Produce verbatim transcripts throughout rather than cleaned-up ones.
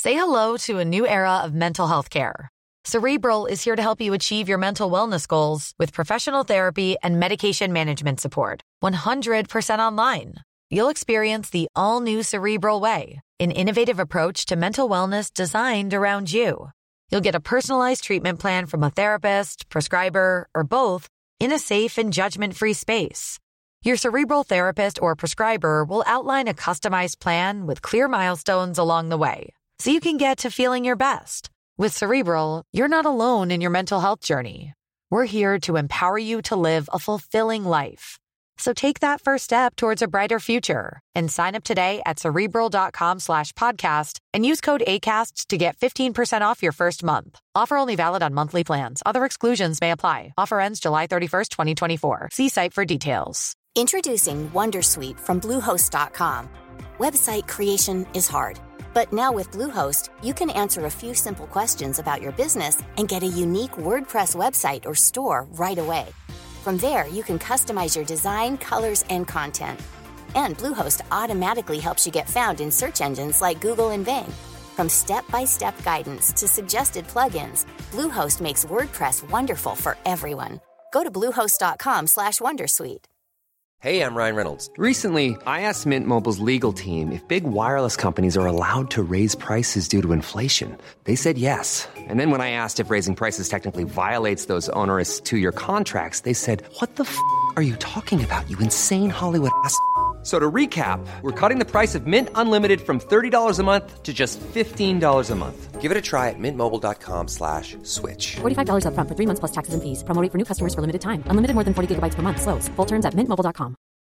Say hello to a new era of mental health care. Cerebral is here to help you achieve your mental wellness goals with professional therapy and medication management support. one hundred percent online. You'll experience the all-new Cerebral Way, an innovative approach to mental wellness designed around you. You'll get a personalized treatment plan from a therapist, prescriber, or both in a safe and judgment-free space. Your Cerebral therapist or prescriber will outline a customized plan with clear milestones along the way, so you can get to feeling your best. With Cerebral, you're not alone in your mental health journey. We're here to empower you to live a fulfilling life. So take that first step towards a brighter future and sign up today at Cerebral.com slash podcast and use code ACAST to get fifteen percent off your first month. Offer only valid on monthly plans. Other exclusions may apply. Offer ends July thirty-first, twenty twenty-four. See site for details. Introducing Wondersuite from Bluehost dot com. Website creation is hard, but now with Bluehost, you can answer a few simple questions about your business and get a unique WordPress website or store right away. From there, you can customize your design, colors, and content. And Bluehost automatically helps you get found in search engines like Google and Bing. From step-by-step guidance to suggested plugins, Bluehost makes WordPress wonderful for everyone. Go to bluehost.com slash wondersuite. Hey, I'm Ryan Reynolds. Recently, I asked Mint Mobile's legal team if big wireless companies are allowed to raise prices due to inflation. They said yes. And then when I asked if raising prices technically violates those onerous two-year contracts, they said, what the f*** are you talking about, you insane Hollywood ass f- So to recap, we're cutting the price of Mint Unlimited from thirty dollars a month to just fifteen dollars a month. Give it a try at mintmobile.com slash switch. forty-five dollars up front for three months plus taxes and fees. Promo rate for new customers for limited time. Unlimited more than forty gigabytes per month. Slows full terms at mint mobile dot com.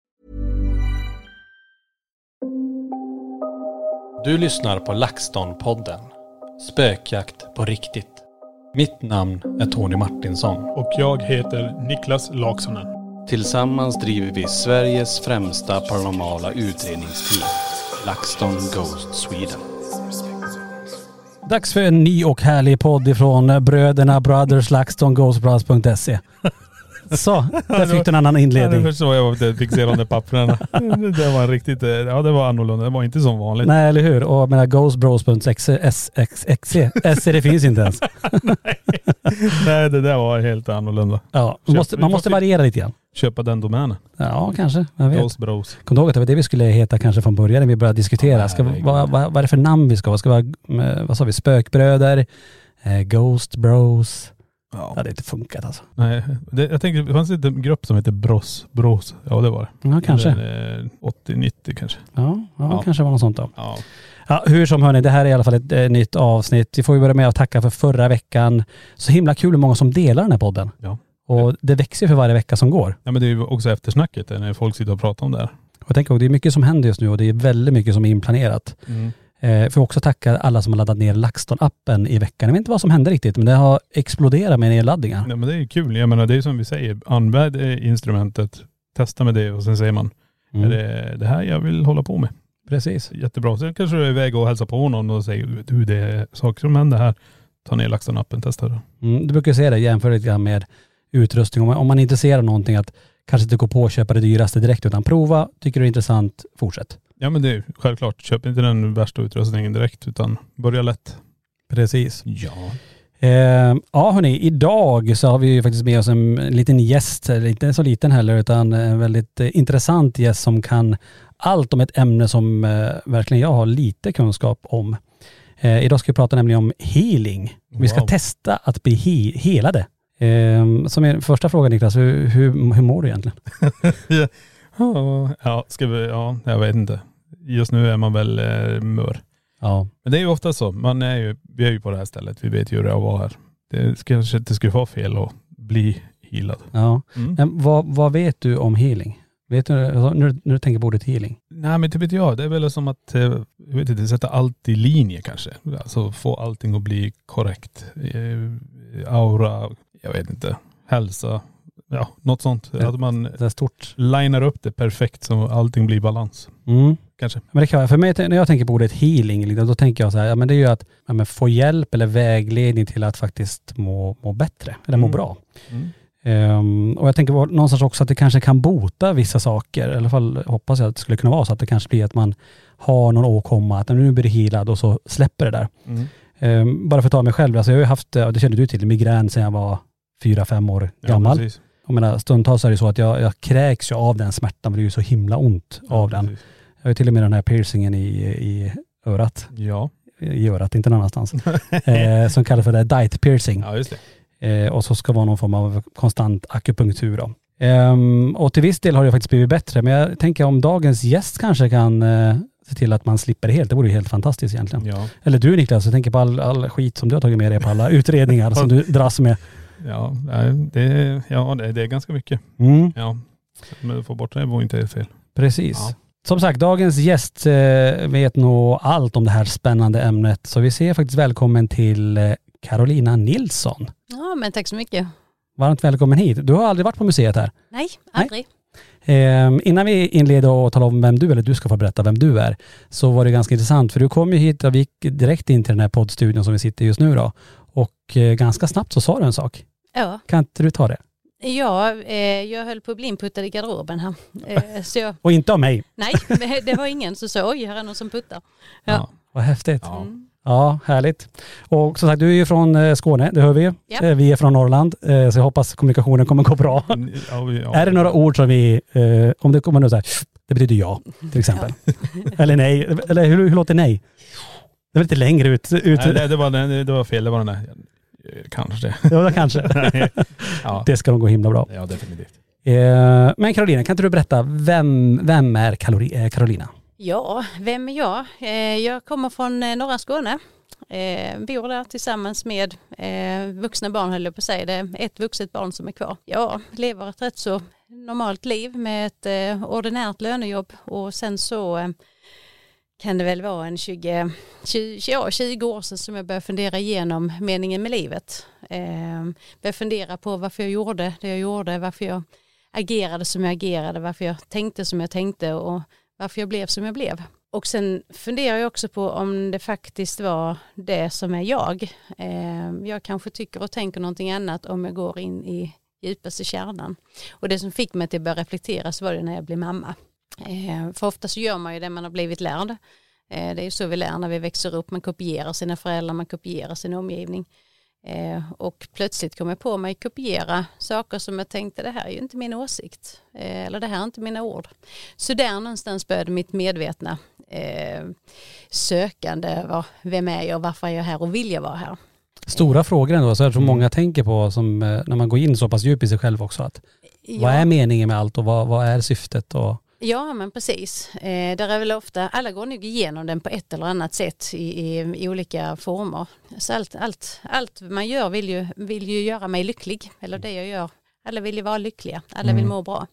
Du lyssnar på LaxTon-podden. Spökjakt på riktigt. Mitt namn är Tony Martinsson. Och jag heter Niklas Laksonen. Tillsammans driver vi Sveriges främsta paranormala utredningsteam, LaxTon Ghost Sweden. Dags för en ny och härlig podd ifrån bröderna Brothers LaxTon Ghost Brothers punkt se. Så, där fick du en annan inledning. Ja, det förstår jag att fick se de där papperna. Det var riktigt, ja det var annorlunda. Det var inte som vanligt. Nej, eller hur? Och med Ghost Bros punkt se, det finns inte ens. Nej. Nej, det där var helt annorlunda. Ja, man måste, man måste variera lite grann. Köpa den domänen. Ja, kanske. Jag vet. Ghost Bros. Kom du ihåg att det var det vi skulle heta kanske från början när vi började diskutera. Ska, vad, vad, vad är det för namn vi ska ha? Ska vara, vad sa vi? Spökbröder, eh, Ghost Bros. Ja. Det hade inte funkat alltså. Nej, det, jag tänker det fanns en grupp som heter Bros. Bros. Ja, det var det. Ja, kanske. Det, åttio nittio kanske. Ja, ja, ja, kanske var något sånt då. Ja. Ja, hur som hörni, det här är i alla fall ett eh, nytt avsnitt. Vi får ju börja med att tacka för förra veckan. Så himla kul hur många som delar den här podden. Ja. Och det växer för varje vecka som går. Ja, men det är ju också eftersnacket när folk sitter och pratar om det här. Och jag tänker att det är mycket som händer just nu och det är väldigt mycket som är inplanerat. Mm. Eh, får också tacka alla som har laddat ner LaxTon-appen i veckan. Jag vet inte vad som hände riktigt, men det har exploderat med nedladdningar. Ja, men det är kul. Jag menar, det är som vi säger, använd instrumentet, testa med det och sen säger man, mm. är det det här jag vill hålla på med? Precis. Jättebra. Sen kanske du är iväg och hälsa på någon och säger, du det är saker som händer här. Ta ner LaxTon-appen, testa det. Mm, du brukar säga det, jämför lite grann med utrustning. Om man, om man är intresserad av någonting, att kanske inte gå på och köpa det dyraste direkt, utan prova, tycker du är intressant, fortsätt. Ja, men det är självklart. Köp inte den värsta utrustningen direkt, utan börja lätt. Precis. Ja. Eh, ja hörni, idag så har vi ju faktiskt med oss en liten gäst, inte så liten heller, utan en väldigt eh, intressant gäst som kan allt om ett ämne som eh, verkligen jag har lite kunskap om. Eh, idag ska vi prata nämligen om healing. Wow. Vi ska testa att bli he- helade. Eh, som är första frågan, Niklas, hur, hur, hur mår du egentligen? ja, ska vi, ja, jag vet inte. Just nu är man väl eh, mör. Ja. Men det är ju ofta så. Man är ju, vi är ju på det här stället. Vi vet ju hur det är att vara här. Det kanske inte skulle vara fel att bli healad. Ja. Mm. Men vad, vad vet du om healing? Vet du när, när du tänker på ordet healing? Nej, men det vet jag. Det är väl som att jag vet inte, sätta allt i linje kanske. Alltså få allting att bli korrekt. Aura, jag vet inte. Hälsa. Ja, något sånt. Det, att man det är stort. Linar upp det perfekt så allting blir balans. Mm. Kanske. Men det kan vara, för mig när jag tänker på ordet healing, då tänker jag så här, ja, men det är ju att ja, men få hjälp eller vägledning till att faktiskt må, må bättre eller må mm. bra. Mm. Um, och jag tänker någonstans också att det kanske kan bota vissa saker. I alla fall hoppas jag att det skulle kunna vara så att det kanske blir att man, har någon åkomma, att nu blir det healad och så släpper det där. Mm. Um, bara för att ta mig själv, alltså jag har ju haft, det kände du till, migrän sedan jag var fyra, fem år gammal. Ja, jag menar, stundtals är det så att jag, jag kräks ju av den smärtan, för det är ju så himla ont ja, av den. Precis. Jag har ju till och med den här piercingen i, i örat. Ja. I örat, inte någon annanstans. eh, som kallas för det dite piercing. Ja, just det. Eh, och så ska vara någon form av konstant akupunktur då. Um, och till viss del har det faktiskt blivit bättre, men jag tänker om dagens gäst kanske kan uh, se till att man slipper det helt. Det vore ju helt fantastiskt egentligen. Ja. Eller du Niklas, jag tänker på all, all skit som du har tagit med dig på alla utredningar som du dras med. Ja, det, ja det, det är ganska mycket. Mm. Ja, men att få bort det var inte fel. Precis. Ja. Som sagt, dagens gäst uh, vet nog allt om det här spännande ämnet. Så vi ser faktiskt välkommen till uh, Carolina Nilsson. Ja, men tack så mycket. Varmt välkommen hit. Du har aldrig varit på museet här? Nej, aldrig. Eh, innan vi inleder och talar om vem du, eller du ska få berätta vem du är, så var det ganska intressant, för du kom ju hit och vi gick direkt in till den här poddstudion som vi sitter just nu då. Och eh, ganska snabbt så sa du en sak. Ja. Kan inte du ta det? Ja, eh, jag höll på att bli inputtad i garderoben här. Eh, så jag, och inte av mig? Nej, det var ingen som sa oj, här är någon som puttar. Ja. Ja, vad häftigt. Ja. Mm. Ja, härligt. Och som sagt, du är ju från Skåne, det hör vi. Ja. Vi är från Norrland, så jag hoppas kommunikationen kommer gå bra. Ja, ja. Är det några ord som vi, om det kommer något så här, det betyder ja, till exempel. Ja. Eller nej, eller hur, hur låter nej? Det var lite längre ut. ut. Nej, det, det, var, det, det var fel, det var den där. Kanske det. Ja, kanske. Ja. Det ska nog gå himla bra. Ja, definitivt. Men Carolina, kan inte du berätta, vem, vem är Carolina? Ja, vem är jag? Jag kommer från norra Skåne. Bor där tillsammans med vuxna barn, höll jag på att säga. Det är ett vuxet barn som är kvar. Jag lever ett rätt så normalt liv med ett ordinärt lönejobb. Och sen så kan det väl vara en tjugo, tjugo, ja, tjugo år sedan som jag började fundera igenom meningen med livet. Började fundera på varför jag gjorde det jag gjorde, varför jag agerade som jag agerade, varför jag tänkte som jag tänkte och varför jag blev som jag blev. Och sen funderar jag också på om det faktiskt var det som är jag. Eh, jag kanske tycker och tänker någonting annat om jag går in i djupaste kärnan. Och det som fick mig till att börja reflektera så var det när jag blev mamma. Eh, för ofta så gör man ju det man har blivit lärd. Eh, det är ju så vi lär när vi växer upp. Man kopierar sina föräldrar, man kopierar sin omgivning. Eh, och plötsligt kom jag på mig att kopiera saker som jag tänkte, det här är ju inte min åsikt. Eh, eller det här är inte mina ord. Så där någonstans började mitt medvetna eh, sökande över vem är jag, varför är jag här och vill jag vara här. Stora eh. frågor ändå, så jag tror många tänker på som eh, när man går in så pass djupt i sig själv också. Att, ja. Vad är meningen med allt och vad, vad är syftet? Och ja, men precis. Eh, där är väl ofta, alla går nog igenom den på ett eller annat sätt i, i, i olika former. Så allt, allt, allt man gör vill ju, vill ju göra mig lycklig. Eller det jag gör. Alla vill ju vara lyckliga. Alla vill må bra.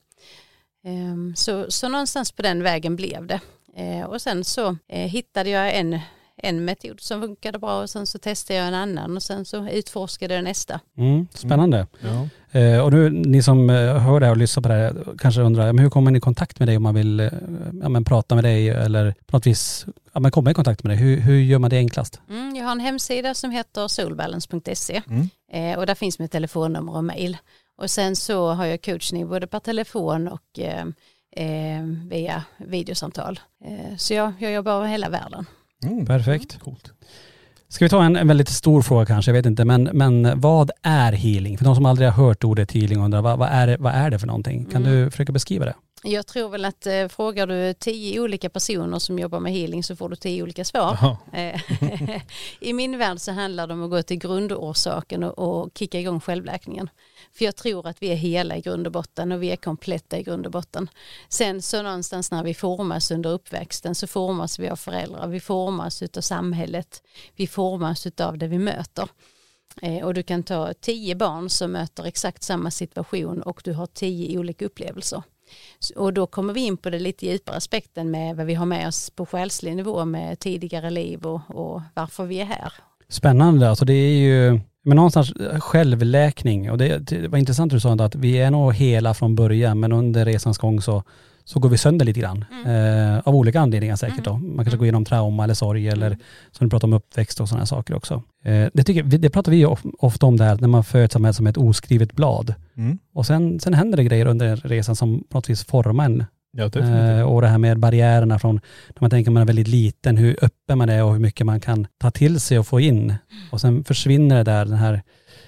Eh, så, så någonstans på den vägen blev det. Eh, och sen så eh, hittade jag en, en metod som funkade bra och sen så testade jag en annan och sen så utforskade jag nästa. Mm, spännande. Mm. Ja. Eh, och nu, ni som eh, hör det här och lyssnar på det här kanske undrar, men hur kommer ni i kontakt med dig om man vill eh, ja, men prata med dig eller på något vis ja, men komma i kontakt med dig? Hur, hur gör man det enklast? Mm, jag har en hemsida som heter soulbalance punkt se Mm. eh, och där finns mitt telefonnummer och mejl. Och sen så har jag coachning både per telefon och eh, eh, via videosamtal. Eh, så jag, jag jobbar över hela världen. Mm, perfekt. Mm. Coolt. Ska vi ta en, en väldigt stor fråga kanske, jag vet inte, men, men vad är healing? För de som aldrig har hört ordet healing undrar, vad, vad, är, det, vad är det för någonting? Kan Mm. du försöka beskriva det? Jag tror väl att eh, frågar du tio olika personer som jobbar med healing så får du tio olika svar. Jaha. I min värld så handlar det om att gå till grundorsaken och, och kicka igång självläkningen. För jag tror att vi är hela i grund och botten och vi är kompletta i grund och botten. Sen så någonstans när vi formas under uppväxten så formas vi av föräldrar. Vi formas av samhället. Vi formas av det vi möter. Eh, och du kan ta tio barn som möter exakt samma situation och du har tio olika upplevelser. Och då kommer vi in på det lite djupare aspekten med vad vi har med oss på själslig nivå med tidigare liv och, och varför vi är här. Spännande, alltså det är ju men någonstans självläkning och det, det var intressant att du sa att vi är nog hela från början men under resans gång så, så går vi sönder lite grann mm. eh, av olika anledningar säkert då. Man kanske går igenom trauma eller sorg eller mm. som du pratar om uppväxt och sådana saker också. Eh, det, tycker, det pratar vi ofta om det här när man föds med som ett oskrivet blad. Mm. Och sen, sen händer det grejer under resan som på något vis formar en Ja, definitivt. Och det här med barriärerna från, när man tänker man är väldigt liten, hur öppen man är och hur mycket man kan ta till sig och få in. Och sen försvinner det där, den här,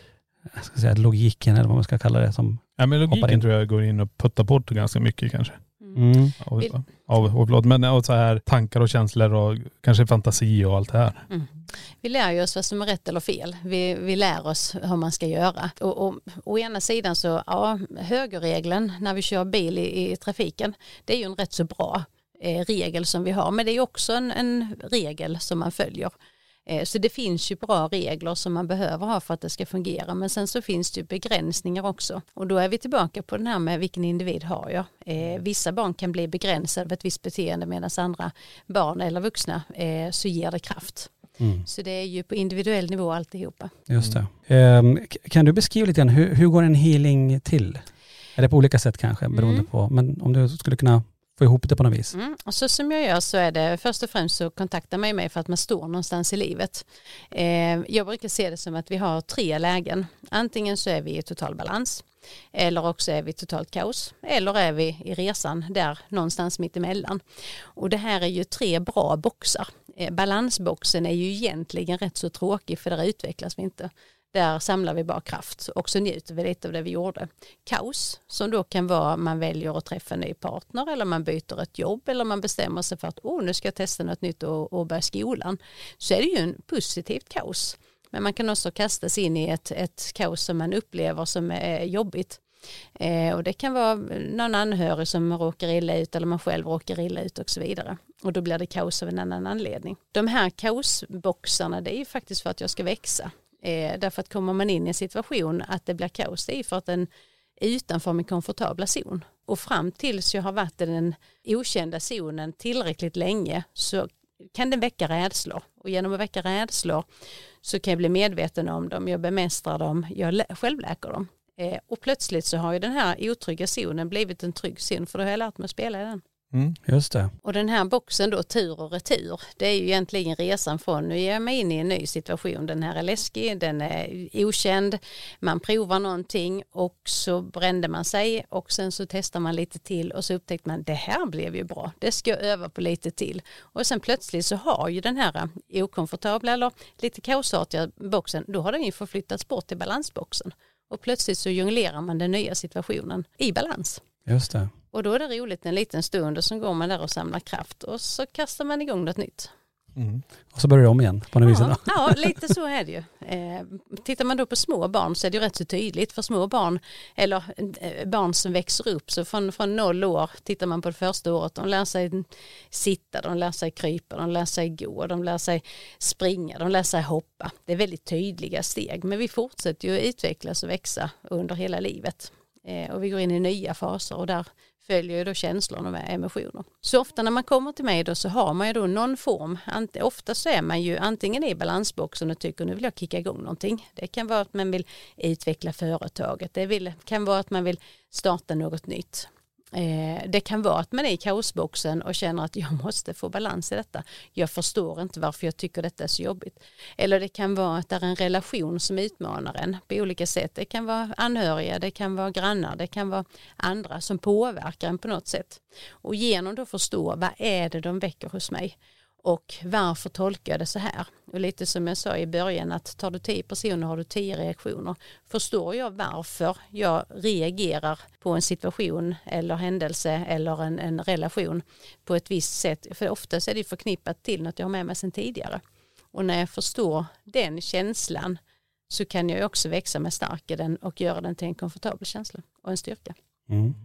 jag ska säga, logiken eller vad man ska kalla det. Som ja, men logiken tror jag går in och puttar bort ganska mycket kanske. Mm. Av, av, av, men och så här tankar och känslor och kanske fantasi och allt det här. Mm. Vi lär ju oss vad som är rätt eller fel. Vi, vi lär oss hur man ska göra. Och, och, å ena sidan så, ja, högerregeln när vi kör bil i, i trafiken, det är ju en rätt så bra eh, regel som vi har. Men det är ju också en, en regel som man följer. Eh, så det finns ju bra regler som man behöver ha för att det ska fungera. Men sen så finns det ju begränsningar också. Och då är vi tillbaka på den här med vilken individ har jag. Eh, vissa barn kan bli begränsade av ett visst beteende medan andra barn eller vuxna eh, så ger det kraft. Mm. Så det är ju på individuell nivå alltihopa. Just det. Um, kan du beskriva lite grann, hur, hur går en healing till? Är det på olika sätt kanske, beroende mm. på, men om du skulle kunna få ihop det på något vis. Mm. Och så som jag gör så är det först och främst så kontaktar man mig för att man står någonstans i livet. Eh, jag brukar se det som att vi har tre lägen. Antingen så är vi i total balans, eller också är vi totalt kaos, eller är vi i resan där någonstans mitt emellan. Och det här är ju tre bra boxar. Eh, balansboxen är ju egentligen rätt så tråkig för där utvecklas vi inte. Där samlar vi bara kraft och så njuter vi lite av det vi gjorde. Kaos, som då kan vara man väljer att träffa en ny partner eller man byter ett jobb eller man bestämmer sig för att oh, nu ska jag testa något nytt och, och börja skolan. Så är det ju en positivt kaos. Men man kan också kastas in i ett, ett kaos som man upplever som är jobbigt. Eh, och det kan vara någon anhörig som råkar illa ut eller man själv råkar illa ut och så vidare. Och då blir det kaos av en annan anledning. De här kaosboxarna, det är ju faktiskt för att jag ska växa. Eh, därför att kommer man in i en situation att det blir kaos, det är för att den är utanför min komfortabla zon. Och fram tills jag har varit i den okända zonen tillräckligt länge så kan den väcka rädslor. Och genom att väcka rädslor så kan jag bli medveten om dem, jag bemästrar dem, jag lä- självläker dem. Eh, och plötsligt så har ju den här otrygga zonen blivit en trygg zon för då har jag lärt mig att spela i den. Mm, just det. Och den här boxen då, tur och retur, det är ju egentligen resan från nu är jag mig in i en ny situation. Den här är läskig, den är okänd, man provar någonting och så brände man sig och sen så testar man lite till och så upptäckte man det här blev ju bra, det ska jag öva på lite till. Och sen plötsligt så har ju den här okomfortabla eller lite kaosartiga boxen, då har den ju förflyttats bort till balansboxen. Och plötsligt så jonglerar man den nya situationen i balans. Just det. Och då är det roligt en liten stund och så går man där och samlar kraft och så kastar man igång något nytt. Mm. Och så börjar det om igen på något ja, vis. Ja, lite så är det ju. Eh, tittar man då på små barn så är det ju rätt så tydligt för små barn eller eh, barn som växer upp. Så från, från noll år tittar man på det första året. De lär sig sitta, de lär sig krypa, de lär sig gå, de lär sig springa, de lär sig hoppa. Det är väldigt tydliga steg men vi fortsätter ju att utvecklas och växa under hela livet. Eh, och vi går in i nya faser och där följer ju då känslor och emotioner. Så ofta när man kommer till mig då så har man ju då någon form. Ant- ofta så är man ju antingen i balansboxen och tycker nu vill jag kicka igång någonting. Det kan vara att man vill utveckla företaget. Det vill, kan vara att man vill starta något nytt. Eh, det kan vara att man är i kaosboxen och känner att jag måste få balans i detta. Jag förstår inte varför jag tycker detta är så jobbigt. Eller det kan vara att det är en relation som utmanar en på olika sätt. Det kan vara anhöriga, det kan vara grannar, det kan vara andra som påverkar en på något sätt. Och genom att förstå vad är det de väcker hos mig och varför tolkar jag det så här. Och lite som jag sa i början att tar du tio personer har du tio reaktioner. Förstår jag varför jag reagerar på en situation eller händelse eller en, en relation på ett visst sätt. För oftast är det förknippat till något jag har med mig sedan tidigare. Och när jag förstår den känslan så kan jag också växa med stark i den och göra den till en komfortabel känsla och en styrka. Mm.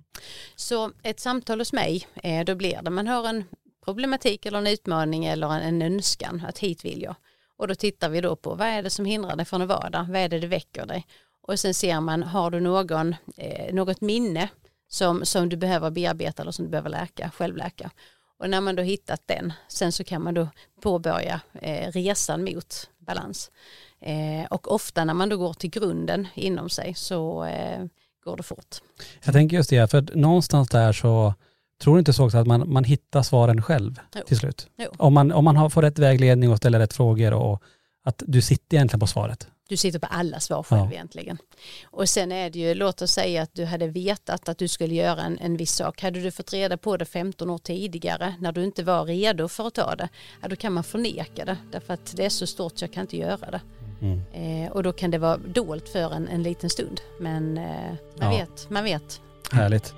Så ett samtal hos mig, då blir det man har en problematik eller en utmaning eller en, en önskan att hit vill jag. Och då tittar vi då på vad är det som hindrar dig från att vara där? Vad är det det väcker dig? Och sen ser man, har du någon, eh, något minne som, som du behöver bearbeta eller som du behöver läka, självläka. Och när man då hittat den, sen så kan man då påbörja eh, resan mot balans. Eh, och ofta när man då går till grunden inom sig så eh, går det fort. Jag tänker just det, för någonstans där så tror du inte så också att man, man hittar svaren själv jo. till slut? Jo. Om man, om man har, får rätt vägledning och ställer rätt frågor och att du sitter egentligen på svaret. Du sitter på alla svar själv Ja. egentligen. Och sen är det ju, låt oss säga att du hade vetat att du skulle göra en, en viss sak. Hade du fått reda på det femton år tidigare när du inte var redo för att ta det, ja, då kan man förneka det. Därför att det är så stort så jag kan inte göra det. Mm. Eh, och då kan det vara dolt för en, en liten stund. Men eh, man Ja. vet, man vet. Härligt.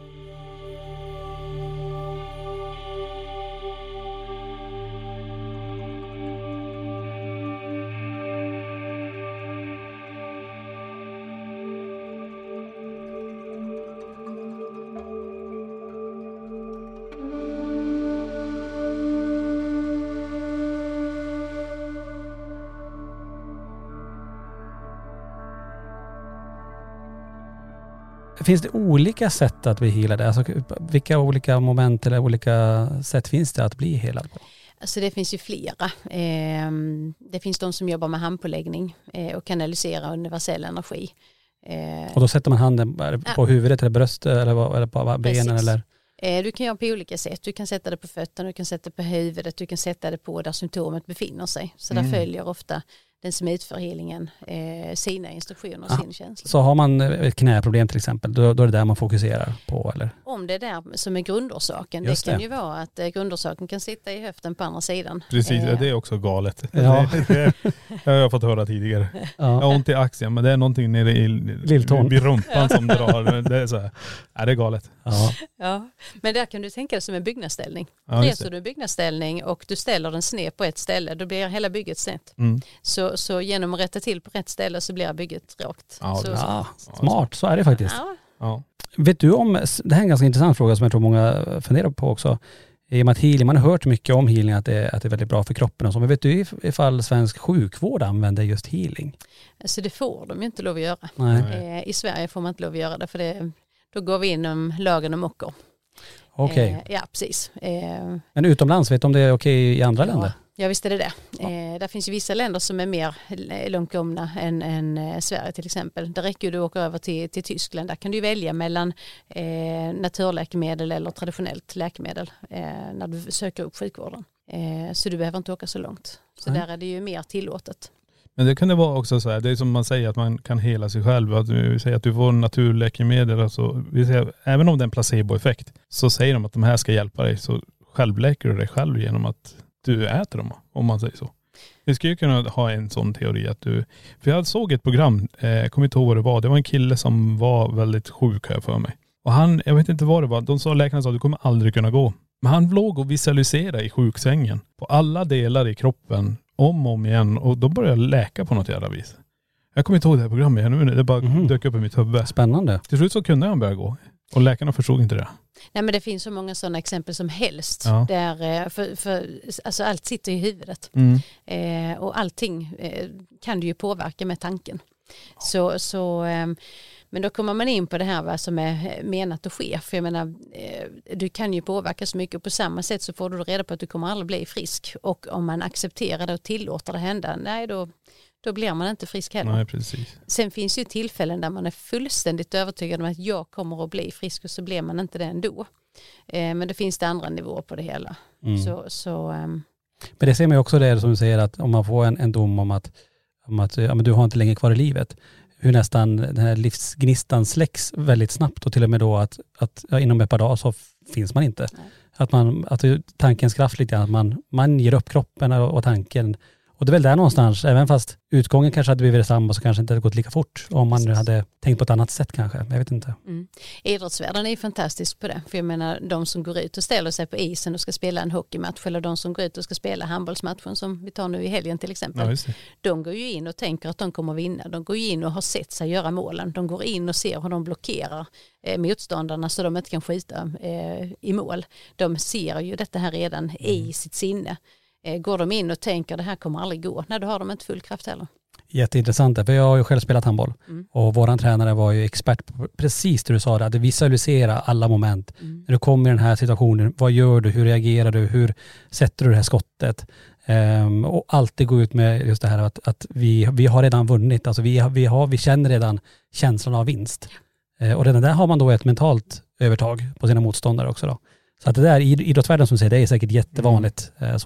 Finns det olika sätt att bli healad? Alltså, vilka olika moment eller olika sätt finns det att bli helad på? Alltså det finns ju flera. Eh, det finns de som jobbar med handpåläggning eh, och kanalisera universell energi. Eh, Och då sätter man handen på Ja. huvudet eller bröstet eller, vad- eller på benen Precis. eller? eh, du kan göra på olika sätt. Du kan sätta det på fötterna, du kan sätta det på huvudet, du kan sätta det på där symptomet befinner sig. Så där följer ofta den som utför healingen eh, sina instruktioner och Ja. sin känsla. Så har man ett knäproblem till exempel, då, då är det där man fokuserar på eller? Om det är där som är grundorsaken. Just Det kan det. ju vara att eh, grundorsaken kan sitta i höften på andra sidan. Precis, Eh, det är också galet. Ja. Det, det har jag fått höra tidigare. Jag har Ja. ont i axeln, men det är någonting nere i Lilltån. vid rumpan som drar. Det är så här. Ja, det är galet. Ja. Ja, men där kan du tänka det som en byggnadsställning. Ja, just Reser det. du en byggnadsställning och du ställer den sned på ett ställe, då blir hela bygget snett. Mm. Så, så genom att rätta till på rätt ställe så blir bygget rakt. Ja, så, det är så. Ja, smart, så är det faktiskt. Ja, Ja. Vet du om, det här är en ganska intressant fråga som jag tror många funderar på också. I och med att healing, man har hört mycket om healing, att det, att det är väldigt bra för kroppen och så. Men vet du if- ifall svensk sjukvård använder just healing? så det får de ju inte lov att göra. Nej. Eh, I Sverige får man inte lov att göra det, för det, då går vi in om lagen om ocker. Okej. Eh, ja, precis. Eh, Men utomlands, vet du om det är okej i andra länder? Ja, visst är det det. Eh, där finns ju vissa länder som är mer långt gångna än, än eh, Sverige till exempel. Det räcker ju att åka över till, till Tyskland. Där kan du välja mellan eh, naturläkemedel eller traditionellt läkemedel eh, när du söker upp sjukvården. Eh, så du behöver inte åka så långt. Så Nej. där är det ju mer tillåtet. Men det kan det vara också så här, det är som man säger att man kan hela sig själv. Att vi säger att du får naturläkemedel, alltså, vi säger, även om det är en placeboeffekt, så säger de att de här ska hjälpa dig. Så självläker du dig själv genom att du äter dem, om man säger så. Vi skulle kunna ha en sån teori att du, för jag såg ett program, eh, jag kommer inte ihåg vad det var, det var en kille som var väldigt sjuk här för mig. Och han, jag vet inte vad det var, de sa, läkarna sa att du kommer aldrig kunna gå. Men han låg och visualiserade i sjuksängen på alla delar i kroppen om och om igen, och då började jag läka på något jävla vis. Jag kommer inte ihåg det här programmet nu, det bara Mhm. dök upp i mitt huvud. Spännande. Till slut så kunde han börja gå. Och läkarna förstod inte det. Nej, men det finns så många sådana exempel som helst. Ja. Där, eh, för, för, alltså allt sitter i huvudet. Mm. Eh, och allting eh, kan du ju påverka med tanken. Så, så, eh, men då kommer man in på det här vad som är menat att ske. För jag menar, eh, du kan ju påverka så mycket, och på samma sätt så får du reda på att du kommer aldrig bli frisk. Och om man accepterar det och tillåter det hända, nej då, då blir man inte frisk heller. Nej, precis. Sen finns ju tillfällen där man är fullständigt övertygad om att jag kommer att bli frisk, och så blir man inte det ändå. Eh, men det finns det andra nivåer på det hela. Mm. Så, så ehm, Men det ser man ju också det som du säger, att om man får en, en dom om att, om att ja, men du har inte länge kvar i livet, hur nästan den här livsgnistan släcks väldigt snabbt, och till och med då att, att ja, inom ett par dagar så f- finns man inte. Nej. Att man, att det- tankens kraft lite grann, att man, man ger upp kroppen och, och tanken. Och det är väl där någonstans, även fast utgången kanske hade blivit detsamma, så kanske inte hade gått lika fort om man nu hade tänkt på ett annat sätt kanske. Jag vet inte. Mm. Idrottsvärlden är ju fantastisk på det. För jag menar, de som går ut och ställer sig på isen och ska spela en hockeymatch, eller de som går ut och ska spela handbollsmatchen som vi tar nu i helgen till exempel. Ja, just det. De går ju in och tänker att de kommer vinna. De går ju in och har sett sig göra målen. De går in och ser hur de blockerar eh, motståndarna så de inte kan skjuta eh, i mål. De ser ju detta här redan Mm. i sitt sinne. Eh, går de in och tänker det här kommer aldrig gå, nej då har de inte full kraft heller. Jätteintressant, för jag har ju själv spelat handboll. Mm. Och våran tränare var ju expert på precis det du sa, där, att visualisera alla moment. Mm. När du kommer i den här situationen, vad gör du, hur reagerar du, hur sätter du det här skottet? Ehm, och alltid gå ut med just det här att, att vi, vi har redan vunnit, alltså vi, har- vi, har, vi känner redan känslan av vinst. Eh, och redan där har man då ett mentalt övertag på sina motståndare också då. Så att det där i idrottsvärlden som säger, det är säkert jättevanligt. Eh, så.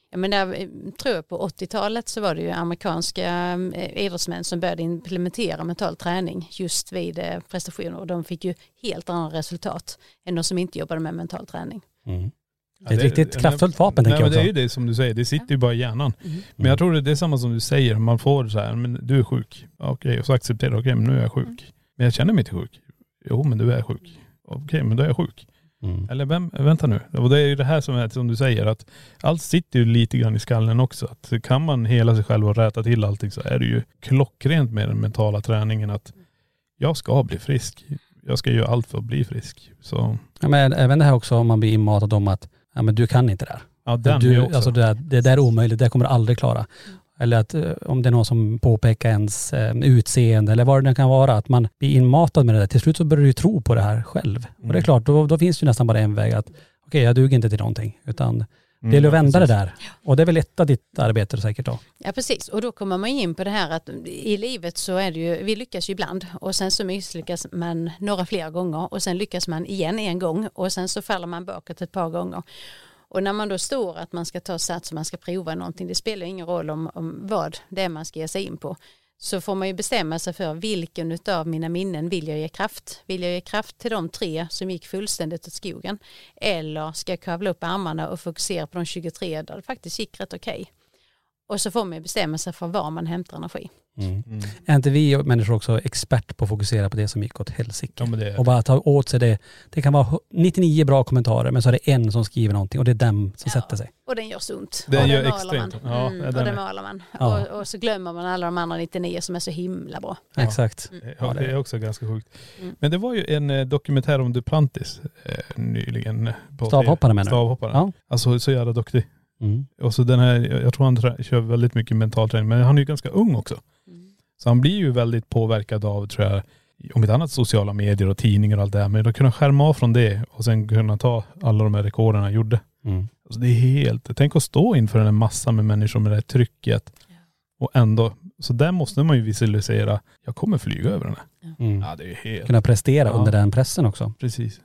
Jag menar, tror jag på åttiotalet så var det ju amerikanska idrottsmän som började implementera mental träning just vid prestationer och de fick ju helt andra resultat än de som inte jobbade med mental träning. Mm. Det är ett riktigt ja, kraftfullt vapen nej, tänker jag också. Det är ju det som du säger, det sitter ju bara i hjärnan. Mm. Men jag tror det är det samma som du säger, man får så här, men du är sjuk. Okej, okay, och så accepterar okej, okay, men nu är jag sjuk. Mm. Men jag känner mig inte sjuk. Jo, men du är sjuk. Okej, okay, men då är jag sjuk. Mm. Eller vem, vänta nu. Och det är ju det här som är som du säger, att allt sitter ju lite grann i skallen också. Att kan man hela sig själv och rätta till allting så är det ju klockrent med den mentala träningen att jag ska bli frisk. Jag ska göra allt för att bli frisk. Så. Ja, men även det här också om man blir inmatad om att ja, men du kan inte det där. Ja, den du, också. Alltså det, det där är omöjligt, det kommer du aldrig klara. Mm. Eller att om det är någon som påpekar ens eh, utseende eller vad det kan vara, att man blir inmatad med det där. Till slut så börjar du tro på det här själv. Mm. Och det är klart, då, då finns det ju nästan bara en väg att okej, okay, jag duger inte till någonting. Utan mm, det gäller att vända precis. Det där. Och det är väl ett av ditt arbete säkert då. Ja, precis. Och då kommer man in på det här att i livet så är det ju, vi lyckas ju ibland och sen så misslyckas man några fler gånger och sen lyckas man igen en gång och sen så faller man bakåt ett par gånger. Och när man då står att man ska ta sats och man ska prova någonting, det spelar ingen roll om, om vad det är man ska ge sig in på. Så får man ju bestämma sig för vilken av mina minnen vill jag ge kraft. Vill jag ge kraft till de tre som gick fullständigt åt skogen? Eller ska jag kavla upp armarna och fokusera på de tjugotre där det faktiskt gick rätt okej? Och så får man bestämma sig för var man hämtar energi. Mm. Mm. Är inte vi människor också expert på att fokusera på det som gick åt helsike? Ja, men det är... Och bara ta åt sig det. Det kan vara nittionio bra kommentarer men så är det en som skriver någonting och det är den som ja, sätter sig. Och den gör så ont. Den och gör den extremt ont. Ja, mm, och den malar man. Ja. Och, och så glömmer man alla de andra nittionio som är så himla bra. Ja. Exakt. Mm. Ja, det är också ganska sjukt. Mm. Men det var ju en eh, dokumentär om Duplantis eh, nyligen. På Stavhoppare menar du? Stavhoppare. Ja. Alltså så jävla duktig. Mm. Och så den här, jag tror han trä, kör väldigt mycket mental träning, men han är ju ganska ung också. Mm. Så han blir ju väldigt påverkad av, tror jag, om ett annat sociala medier och tidningar och allt det här. Men då kunna skärma av från det och sen kunna ta alla de här rekorden han gjorde. Mm. Alltså det är helt, tänk att stå inför en massa med människor med det här trycket. Ja. Och ändå, så där måste man ju visualisera, jag kommer flyga över den här. Mm. Ja, det är helt... Kunna prestera ja. under den pressen också. Precis.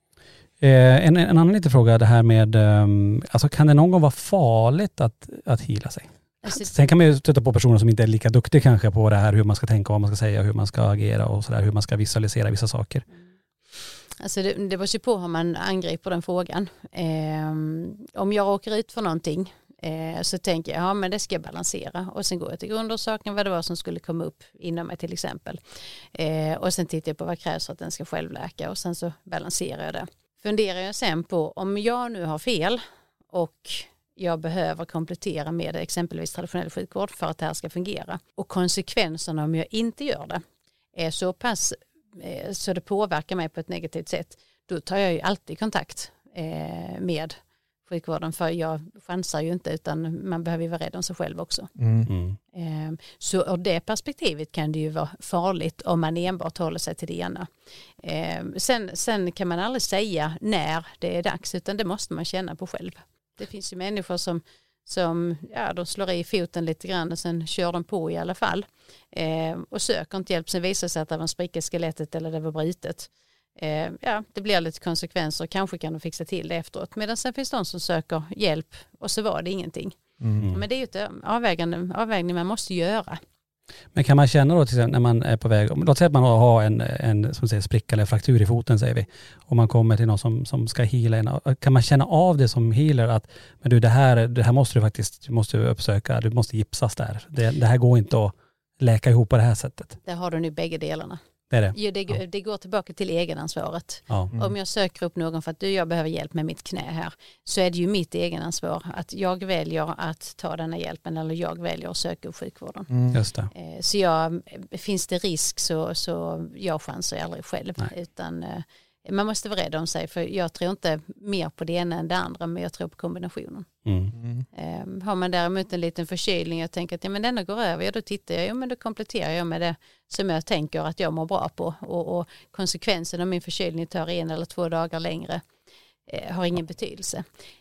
Eh, en, en annan liten fråga, det här med, um, alltså kan det någon gång vara farligt att, att heala sig? Alltså, sen kan man ju stöta på personer som inte är lika duktiga kanske på det här, hur man ska tänka, vad man ska säga, hur man ska agera och sådär, hur man ska visualisera vissa saker. Alltså det, det beror ju på hur man angriper den frågan. Eh, om jag åker ut för någonting eh, så tänker jag, ja men det ska jag balansera. Och sen går jag till grundorsaken, vad det var som skulle komma upp inom mig till exempel. Eh, och sen tittar jag på vad krävs för att den ska självläka och sen så balanserar jag det. Funderar jag sen på om jag nu har fel och jag behöver komplettera med exempelvis traditionell sjukvård för att det här ska fungera. Och konsekvenserna om jag inte gör det är så pass eh, så det påverkar mig på ett negativt sätt. Då tar jag ju alltid kontakt eh, med sjukvården för jag chansar ju inte utan man behöver ju vara rädd om sig själv också. Mm. Mm. Eh, så ur det perspektivet kan det ju vara farligt om man enbart håller sig till det ena. Eh, sen, sen kan man aldrig säga när det är dags utan det måste man känna på själv. Det finns ju människor som, som ja, de slår i foten lite grann och sen kör de på i alla fall. Eh, och söker inte hjälp. Sen visar sig att det var en spricka i skelettet eller det var brutet. Eh, ja, det blir lite konsekvenser. Kanske kan de fixa till det efteråt. Medan sen finns de som söker hjälp och så var det ingenting. Mm. Men det är ju ett avvägande, avvägning man måste göra. Men kan man känna då till exempel när man är på väg, låt säga att man har en, en som säger, spricka eller fraktur i foten säger vi, och man kommer till någon som, som ska heala en, kan man känna av det som healer att men du det här, det här måste du faktiskt du måste uppsöka, du måste gipsas där. Det, det här går inte att läka ihop på det här sättet. Där har du nu bägge delarna. Det är det. Jo, det, ja. det går tillbaka till egenansvaret. Ja. Mm. Om jag söker upp någon för att du, jag behöver hjälp med mitt knä här så är det ju mitt egenansvar att jag väljer att ta denna hjälpen eller jag väljer att söka upp sjukvården. Mm. Just det. Så jag, finns det risk så, så jag chansar aldrig själv. Nej. Utan man måste vara rädd om sig för jag tror inte mer på det ena än det andra men jag tror på kombinationen. Mm. Mm. Har man däremot en liten förkylning och tänker att ja, men denna går över, ja, då tittar jag, ja, men då kompletterar jag med det som jag tänker att jag mår bra på och, och konsekvensen av min förkylning tar en eller två dagar längre eh, har ingen betydelse.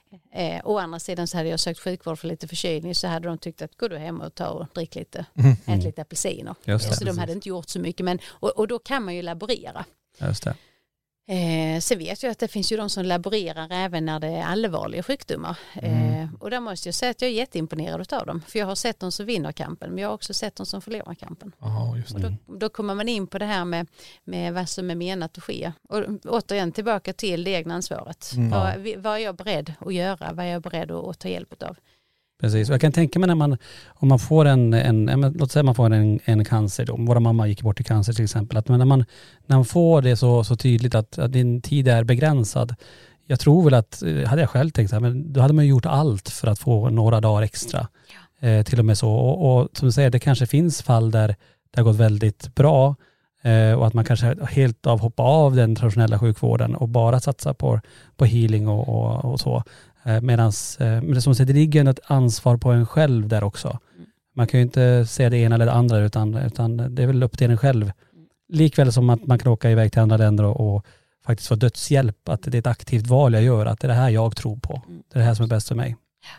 Eh, å andra sidan så hade jag sökt sjukvård för lite förkylning så hade de tyckt att gå du hem och ta och drick lite, mm. ät lite apelsiner. Så de hade inte gjort så mycket men, och, och då kan man ju laborera. Just det. Eh, sen vet jag att det finns ju de som laborerar även när det är allvarliga sjukdomar. Mm. Eh, och där måste jag säga att jag är jätteimponerad av dem. För jag har sett dem som vinner kampen, men jag har också sett dem som förlorar kampen. Aha, just det. Och då, då kommer man in på det här med, med vad som är menat att ske. Och återigen tillbaka till det egna ansvaret. Mm. Vad, vad är jag beredd att göra? Vad är jag beredd att, att ta hjälp av? Precis, jag kan tänka mig när man, om man får en, en låt säga man får en, en cancerdom, våra mamma gick bort i cancer till exempel, att när man, när man får det så, så tydligt att, att din tid är begränsad, jag tror väl att, hade jag själv tänkt så här, men då hade man gjort allt för att få några dagar extra, ja. eh, till och med så, och, och som du säger, det kanske finns fall där det har gått väldigt bra, eh, och att man kanske helt av hoppa av den traditionella sjukvården och bara satsa på, på healing och, och, och så. Medans, men det som säger, det ligger ett ansvar på en själv där också. Man kan ju inte säga det ena eller det andra, utan, utan det är väl upp till en själv. Likväl som att man kan åka iväg till andra länder och, och faktiskt få dödshjälp, att det är ett aktivt val jag gör, att det är det här jag tror på. Det är det här som är bäst för mig.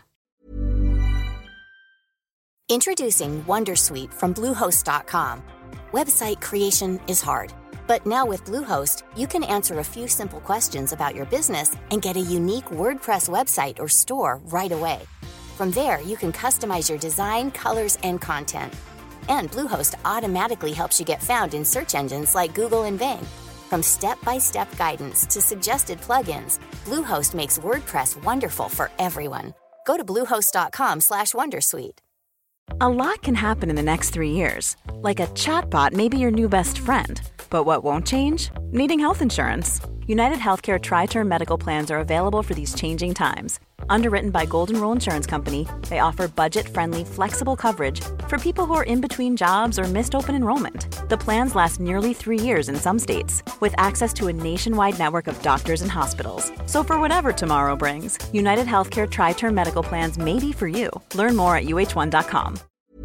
Introducing Wondersuite from Bluehost dot com. Website creation is hard. But now with Bluehost, you can answer a few simple questions about your business and get a unique WordPress website or store right away. From there, you can customize your design, colors, and content. And Bluehost automatically helps you get found in search engines like Google and Bing. From step-by-step guidance to suggested plugins, Bluehost makes WordPress wonderful for everyone. Go to bluehost dot com slash wondersuite. A lot can happen in the next three years. Like a chatbot may be your new best friend. But what won't change? Needing health insurance. United Healthcare Tri-Term Medical Plans are available for these changing times. Underwritten by Golden Rule Insurance Company, they offer budget-friendly, flexible coverage for people who are in between jobs or missed open enrollment. The plans last nearly three years in some states, with access to a nationwide network of doctors and hospitals. So for whatever tomorrow brings, United Healthcare Tri-Term Medical Plans may be for you. Learn more at U H one dot com.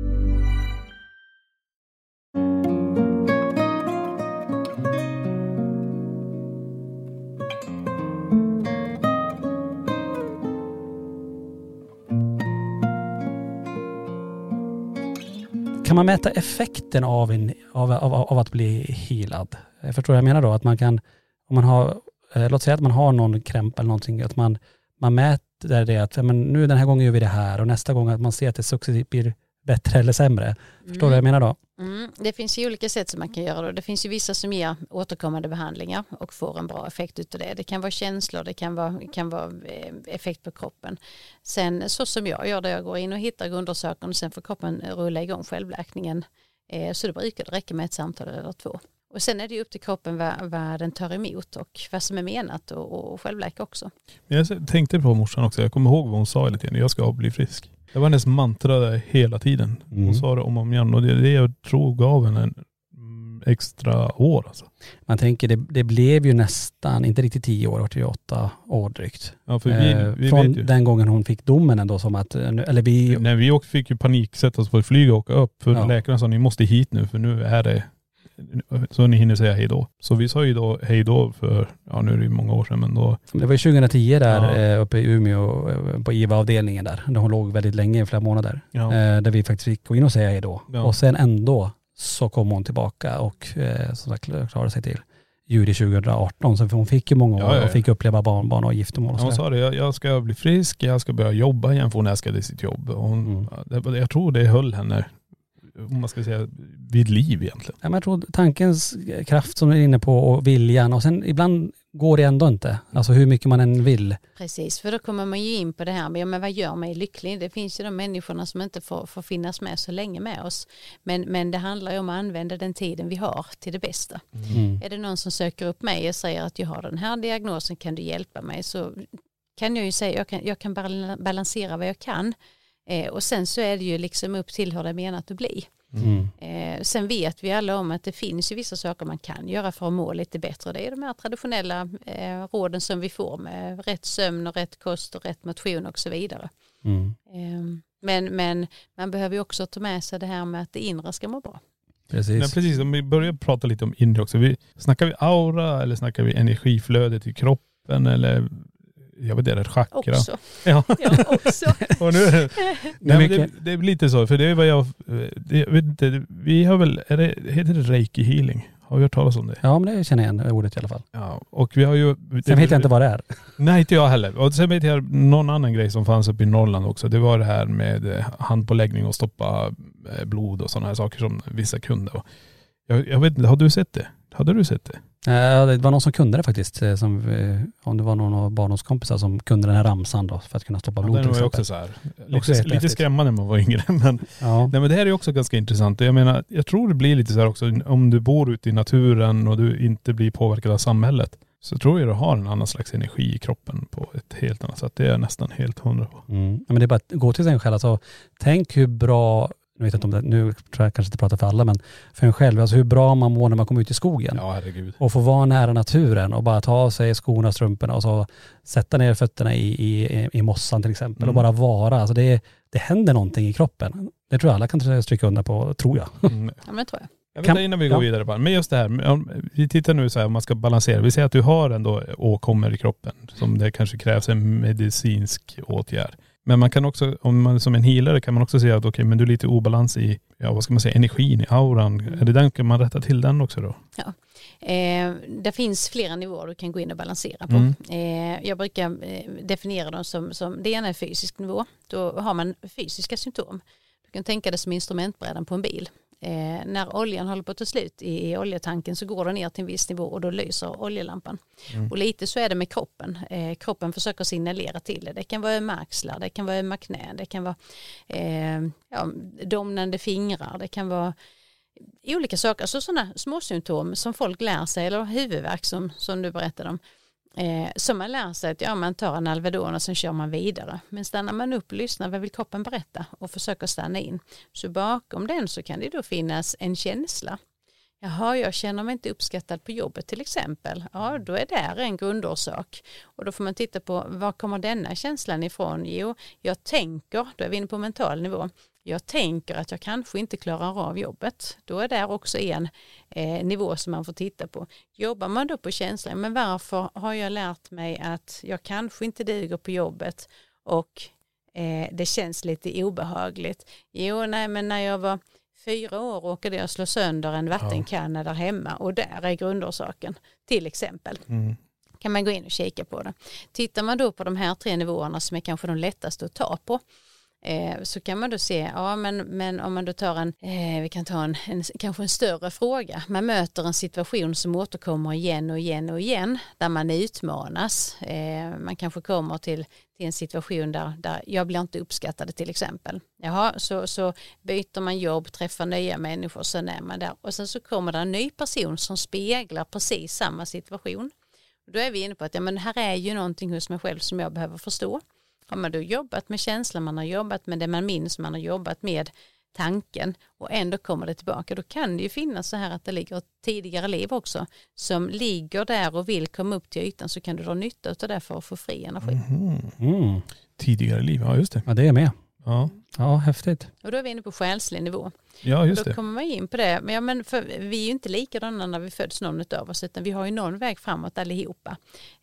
Kan man mäta effekten av, en, av, av, av att bli healad? Jag förstår vad jag menar då, att man kan, om man har, eh, låt säga att man har någon krämp eller någonting, att man, man mäter det, att men nu den här gången gör vi det här, och nästa gång att man ser att det successivt blir bättre eller sämre. Förstår du mm. vad jag menar då? Mm. Det finns ju olika sätt som man kan göra det. Det finns ju vissa som ger återkommande behandlingar och får en bra effekt utav det. Det kan vara känslor, det kan vara, kan vara effekt på kroppen. Sen så som jag gör det, jag går in och hittar grundorsaken och sen får kroppen rulla igång självläkningen. Eh, så det brukar det räcka med ett samtal eller två. Och sen är det ju upp till kroppen vad, vad den tar emot och vad som är menat och, och självläka också. Jag tänkte på morsan också, jag kommer ihåg vad hon sa hela tiden, jag ska bli frisk. Det var hennes mantra där hela tiden. Hon mm. sa det om och om igen, och det är det jag tror gav henne en extra år. Alltså. Man tänker, det, det blev ju nästan, inte riktigt tio år, det var åtta år drygt. Ja, för vi, eh, vi från vet ju. Den gången hon fick domen ändå som att, eller vi... När vi åkte fick ju panik, sätta oss på ett flyg och åka upp, för ja. läkaren sa, ni måste hit nu, för nu är det, så ni hinner säga hej då. Så vi sa ju då hej då för, ja nu är det ju många år sedan, men då... Det var ju tjugohundratio där ja. uppe i Umeå på I V A-avdelningen där, där hon låg väldigt länge, i flera månader. Ja. Där vi faktiskt fick gå in och säga hej då. Ja. Och sen ändå så kom hon tillbaka och eh, så klarade sig till juli tjugoarton. Så hon fick ju många år ja, ja, ja. och fick uppleva barnbarn och giftermål. Och hon sa det, jag, jag ska bli frisk, jag ska börja jobba igen, för hon älskade sitt jobb. Och hon, mm. det, jag tror det höll henne, om man ska säga, vid liv egentligen. Ja, men jag tror tankens kraft som du är inne på och viljan, och sen ibland går det ändå inte. Alltså hur mycket man än vill. Precis, för då kommer man ju in på det här med, men vad gör mig lycklig? Det finns ju de människorna som inte får, får finnas med så länge med oss. Men, men det handlar ju om att använda den tiden vi har till det bästa. Mm. Är det någon som söker upp mig och säger att jag har den här diagnosen, kan du hjälpa mig? Så kan jag ju säga, jag kan, jag kan balansera vad jag kan. Eh, och sen så är det ju liksom upp till hur det menar att bli. Mm. Eh, sen vet vi alla om att det finns ju vissa saker man kan göra för att må lite bättre. Det är de här traditionella eh, råden som vi får med rätt sömn och rätt kost och rätt motion och så vidare. Mm. Eh, men, men man behöver ju också ta med sig det här med att det inre ska må bra. Precis. Ja, precis. Om vi börjar prata lite om inre också. Vi, snackar vi aura eller snackar vi energiflödet i kroppen eller... Jag vet, det är chakra. Också. Ja, ja också. Och nu är det, nej, det, det är lite så, för det är vad jag, det, vet inte, vi har väl, är det, heter det reiki healing? Har vi hört talas om det? Ja, men det känner jag igen ordet i alla fall. Ja, och vi har ju... Sen vet jag inte vad det är. Nej, inte jag heller. Och sen vet jag någon annan grej som fanns uppe i Norrland också. Det var det här med handpåläggning och stoppa blod och sådana här saker som vissa kunde. Jag, jag vet inte, har du sett det? Hade du sett det? Ja, det var någon som kunde det faktiskt. Som, om det var någon av barndomskompisar som kunde den här ramsan då för att kunna stoppa blod. Ja, den var ju också så här. Lite, lite skrämmande när man var yngre. Men, ja. Nej, men det här är också ganska intressant. Jag menar, jag tror det blir lite så här också. Om du bor ute i naturen och du inte blir påverkad av samhället, så tror jag du har en annan slags energi i kroppen på ett helt annat sätt. Det är jag nästan helt hundra på. Mm. Ja, men det är bara att gå till sig själv. Alltså, tänk hur bra... Jag vet inte om det, nu tror jag kanske inte pratar för alla, men för en själv, alltså hur bra man mår när man kommer ut i skogen. Ja, herregud. Och få vara nära naturen och bara ta av sig skorna, strumporna och så sätta ner fötterna i, i, i mossan till exempel. Mm. Och bara vara. Alltså det, det händer någonting i kroppen. Det tror jag alla kan stryka under på, tror jag. Mm. Ja, men tror jag. Jag vet inte innan vi går ja. vidare bara. Men just det här, vi tittar nu så här om man ska balansera. Vi säger att du har ändå åkommor i kroppen som det kanske krävs en medicinsk åtgärd. Men man kan också, om man som en healare kan man också säga att okej, okay, men du är lite obalans i, ja vad ska man säga, energin, i auran. Mm. Är det den, kan man rätta till den också då? Ja, eh, det finns flera nivåer du kan gå in och balansera på. Mm. Eh, jag brukar eh, definiera dem som, som, det ena är fysisk nivå. Då har man fysiska symptom. Du kan tänka det som instrumentbrädan på en bil. Eh, när oljan håller på att ta slut i, i oljetanken så går den ner till en viss nivå och då lyser oljelampan. Mm. Och lite så är det med kroppen. Eh, kroppen försöker signalera till det. Det kan vara ömma axlar, det kan vara ömma knän, det kan vara eh, ja, domnande fingrar, det kan vara olika saker. Alltså sådana små symptom som folk lär sig, eller huvudvärk som, som du berättade om. Eh, som man lär sig att ja, man tar en Alvedon och sen kör man vidare. Men stannar man upp och lyssnar, vad vill kroppen berätta? Och försöker stanna in. Så bakom den så kan det då finnas en känsla. Jaha, jag känner mig inte uppskattad på jobbet till exempel. Ja, då är det en grundorsak. Och då får man titta på, var kommer denna känslan ifrån? Jo, jag tänker, då är vi inne på mental nivå. Jag tänker att jag kanske inte klarar av jobbet. Då är det också en eh, nivå som man får titta på. Jobbar man då på känslan, men varför har jag lärt mig att jag kanske inte duger på jobbet och eh, det känns lite obehagligt? Jo, nej, men när jag var fyra år råkade jag slå sönder en vattenkanna ja. där hemma och där är grundorsaken till exempel. Mm. Kan man gå in och kika på det. Tittar man då på de här tre nivåerna som är kanske de lättaste att ta på, Eh, så kan man då se, ja men, men om man då tar en, eh, vi kan ta en, en, kanske en större fråga. Man möter en situation som återkommer igen och igen och igen, där man utmanas. Eh, man kanske kommer till, till en situation där, där jag blir inte uppskattad till exempel. Jaha, så, så byter man jobb, träffar nya människor, så är man där. Och sen så kommer det en ny person som speglar precis samma situation. Då är vi inne på att ja, men här är ju någonting hos mig själv som jag behöver förstå. Har man då jobbat med känslan, man har jobbat med det man minns, man har jobbat med tanken och ändå kommer det tillbaka. Då kan det ju finnas så här att det ligger ett tidigare liv också som ligger där och vill komma upp till ytan, så kan du dra nytta av det för att få fri energi. Mm. Mm. Tidigare liv, ja just det. Ja, det är med. Ja. Ja, häftigt. Och då är vi inne på själslig nivå. Ja, just och då det. kommer man in på det. Men, ja, men för, vi är ju inte likadana när vi föds någon av oss, utan vi har ju någon väg framåt allihopa.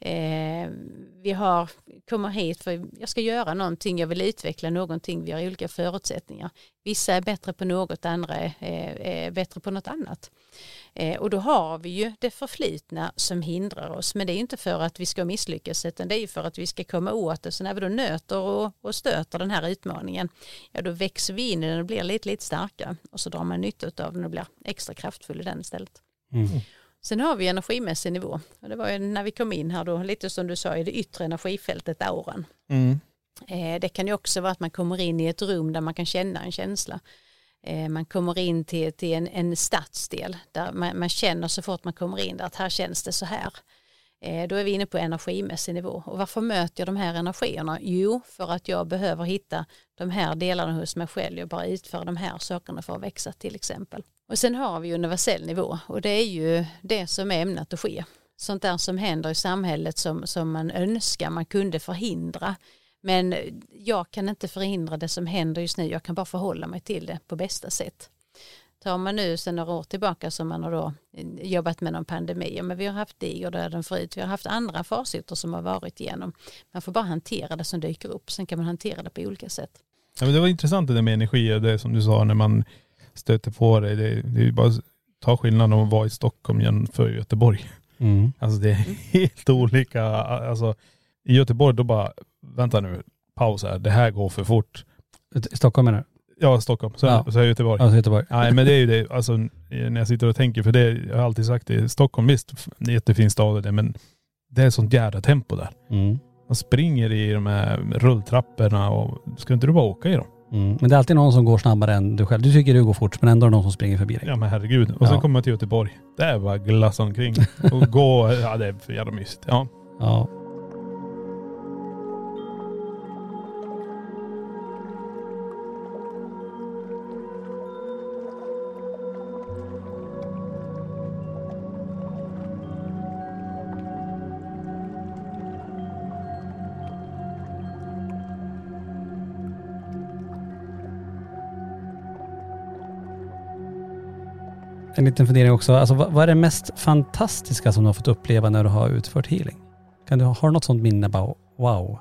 Eh, vi har, kommer hit för jag ska göra någonting, jag vill utveckla någonting, vi har olika förutsättningar. Vissa är bättre på något, andra är, är, är bättre på något annat. Eh, och då har vi ju det förflutna som hindrar oss. Men det är ju inte för att vi ska misslyckas, utan det är ju för att vi ska komma åt det. Så när vi då nöter och, och stöter den här utmaningen, ja då växer vi in i den och blir lite, lite starkare. Och så drar man nytta av den och blir extra kraftfull i den istället. Mm. Sen har vi energimässig nivå. Och det var ju när vi kom in här då, lite som du sa, i det yttre energifältet, auran. Mm. Eh, det kan ju också vara att man kommer in i ett rum där man kan känna en känsla. Eh, man kommer in till, till en, en stadsdel där man, man känner så fort man kommer in där att här känns det så här. Eh, då är vi inne på energimässig nivå. Och varför möter jag de här energierna? Jo, för att jag behöver hitta de här delarna hos mig själv. Jag bara utför de här sakerna för att växa till exempel. Och sen har vi universell nivå, och det är ju det som är ämnat att ske. Sånt där som händer i samhället som, som man önskar man kunde förhindra. Men jag kan inte förhindra det som händer just nu. Jag kan bara förhålla mig till det på bästa sätt. Tar man nu sedan några år tillbaka som man har då jobbat med någon pandemi. Men vi har haft det och döden förut. Vi har haft andra farsytor som har varit igenom. Man får bara hantera det som dyker upp. Sen kan man hantera det på olika sätt. Ja, men det var intressant det där med energi. Det som du sa när man stöter på det. Det, det är ju bara ta skillnaden om att vara i Stockholm jämfört i Göteborg. Mm. Alltså det är helt olika. Alltså i Göteborg då bara, vänta nu, paus här, det här går för fort. I Stockholm menar du? Ja, Stockholm. Så, ja. så är Göteborg. Alltså Göteborg. Nej, men det är ju det. Alltså när jag sitter och tänker, för det, jag har alltid sagt det, Stockholm visst, det är jättefin stad och det, men det är sånt jävla tempo där. Mm. Man springer i de här rulltrapporna och ska inte du bara åka i dem? Mm. Men det är alltid någon som går snabbare än du själv. Du tycker du går fort, men ändå är det någon som springer förbi dig. Ja men herregud. Och ja. sen kommer man till Göteborg. Det är bara glassa omkring. Och gå, ja det är för jävla mysigt. Ja. Ja. En liten fundering också. Alltså, vad, vad är det mest fantastiska som du har fått uppleva när du har utfört healing? Kan du ha, har du något sånt minne bara, wow?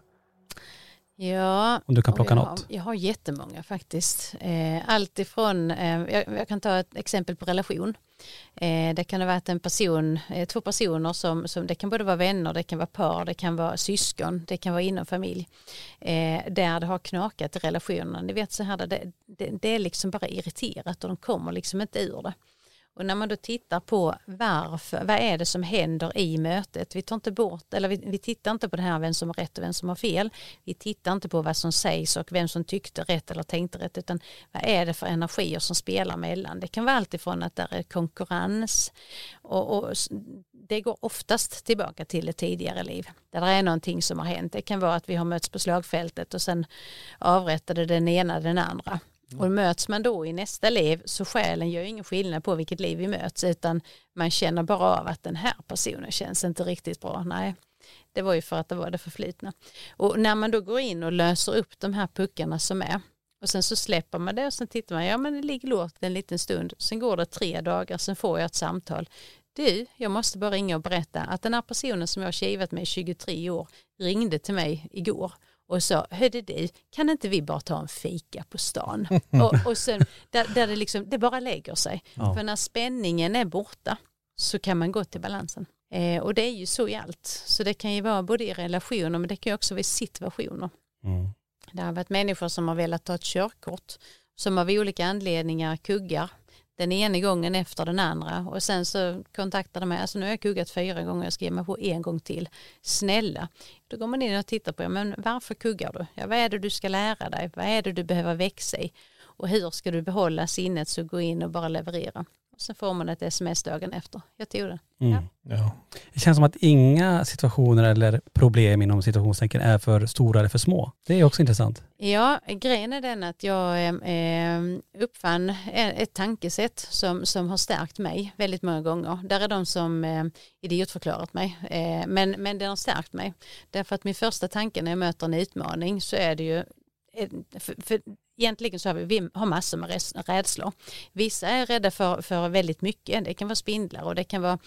Ja. Om du kan plocka jag något. Har, jag har jättemånga faktiskt. Eh, allt ifrån, eh, jag, jag kan ta ett exempel på relation. Eh, det kan ha varit en person, eh, två personer som, som, det kan både vara vänner, det kan vara par, det kan vara syskon, det kan vara inom familj. Eh, där det har knakat i relationen. Ni vet så här, det, det, det är liksom bara irriterat och de kommer liksom inte ur det. Och när man då tittar på varför, vad är det som händer i mötet? Vi tar inte bort, eller vi, vi tittar inte på det här vem som har rätt och vem som har fel. Vi tittar inte på vad som sägs och vem som tyckte rätt eller tänkte rätt, utan vad är det för energier som spelar mellan? Det kan vara allt ifrån att det är konkurrens och, och det går oftast tillbaka till ett tidigare liv. Där det är någonting som har hänt. Det kan vara att vi har mötts på slagfältet och sen avrättade den ena den andra. Och möts man då i nästa liv så själen gör ingen skillnad på vilket liv vi möts, utan man känner bara av att den här personen känns inte riktigt bra. Nej, det var ju för att det var det förflutna. Och när man då går in och löser upp de här puckarna som är, och sen så släpper man det och sen tittar man, ja men det ligger lågt en liten stund, sen går det tre dagar, sen får jag ett samtal. Du, jag måste bara ringa och berätta att den här personen som jag har kivat med i tjugotre år ringde till mig igår och sa, hörde du, kan inte vi bara ta en fika på stan? och, och sen, där, där det, liksom, det bara lägger sig. Ja. För när spänningen är borta så kan man gå till balansen. Eh, och det är ju så i allt. Så det kan ju vara både i relationer, men det kan ju också vara i situationer. Mm. Det har varit människor som har velat ta ett körkort, som av olika anledningar kuggar den ena gången efter den andra. Och sen så kontaktade de mig, alltså nu har jag kuggat fyra gånger, jag ska ge mig på en gång till. Snälla. Då går man in och tittar på, men varför kuggar du? Ja, vad är det du ska lära dig? Vad är det du behöver växa i? Och hur ska du behålla sinnet så gå in och bara leverera? Och sen får man ett sms dagen efter. Jag tog det. Mm. Ja. Ja. Det känns som att inga situationer eller problem inom situationstecken är för stora eller för små. Det är också intressant. Ja, grejen är den att jag eh, uppfann ett tankesätt som, som har stärkt mig väldigt många gånger. Där är de som eh, idiotförklarat mig. Eh, men, men den har stärkt mig. Därför att min första tanke när jag möter en utmaning så är det ju för, för egentligen så har vi, vi har massor med rädslor. Vissa är rädda för, för väldigt mycket. Det kan vara spindlar och det kan vara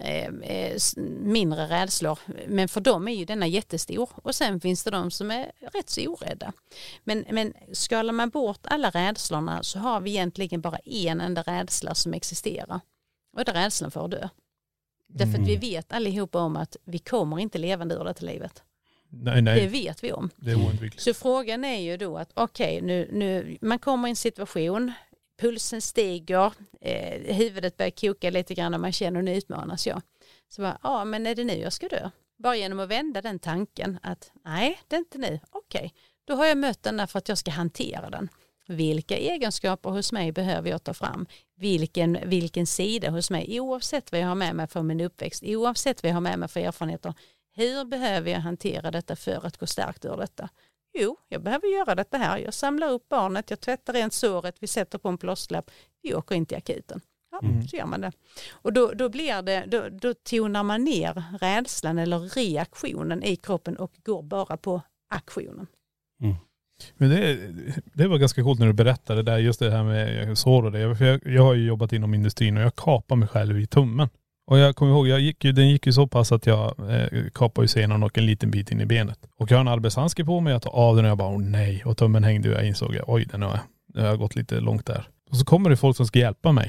eh, mindre rädslor. Men för dem är ju denna jättestor. Och sen finns det de som är rätt så orädda. Men, men skalar man bort alla rädslorna så har vi egentligen bara en enda rädsla som existerar. Och det är rädslan för att dö. Därför att vi vet allihopa om att vi kommer inte levande ur detta livet. Nej, nej. Det vet vi om. Det är oundvikligt. Så frågan är ju då att okej, okay, nu, nu man kommer i en situation, pulsen stiger, eh, huvudet börjar koka lite grann och man känner att nu utmanas jag. Så bara, ja men är det nu jag ska dö? Bara genom att vända den tanken att nej, det är inte nu. Okej, okay, då har jag mött den där för att jag ska hantera den. Vilka egenskaper hos mig behöver jag ta fram? Vilken, vilken sida hos mig? Oavsett vad jag har med mig för min uppväxt, oavsett vad jag har med mig för erfarenheter. Hur behöver jag hantera detta för att gå starkt ur detta? Jo, jag behöver göra detta här. Jag samlar upp barnet, jag tvättar rent såret, vi sätter på en plåsterlapp, vi åker in till akuten. Ja, mm. Så gör man det. Och då, då blir det, då, då tonar man ner rädslan eller reaktionen i kroppen och går bara på aktionen. Mm. Men det, det var ganska coolt när du berättade där, just det här med sår och det. För jag, jag har ju jobbat inom industrin och jag kapar mig själv i tummen. Och jag kommer ihåg, jag gick ju, den gick ju så pass att jag eh, kapade ju senan och en liten bit in i benet. Och jag har en arbetshandske på mig, jag tar av den och jag bara, åh nej. Och tummen hängde och jag insåg, oj den har, den har gått lite långt där. Och så kommer det folk som ska hjälpa mig.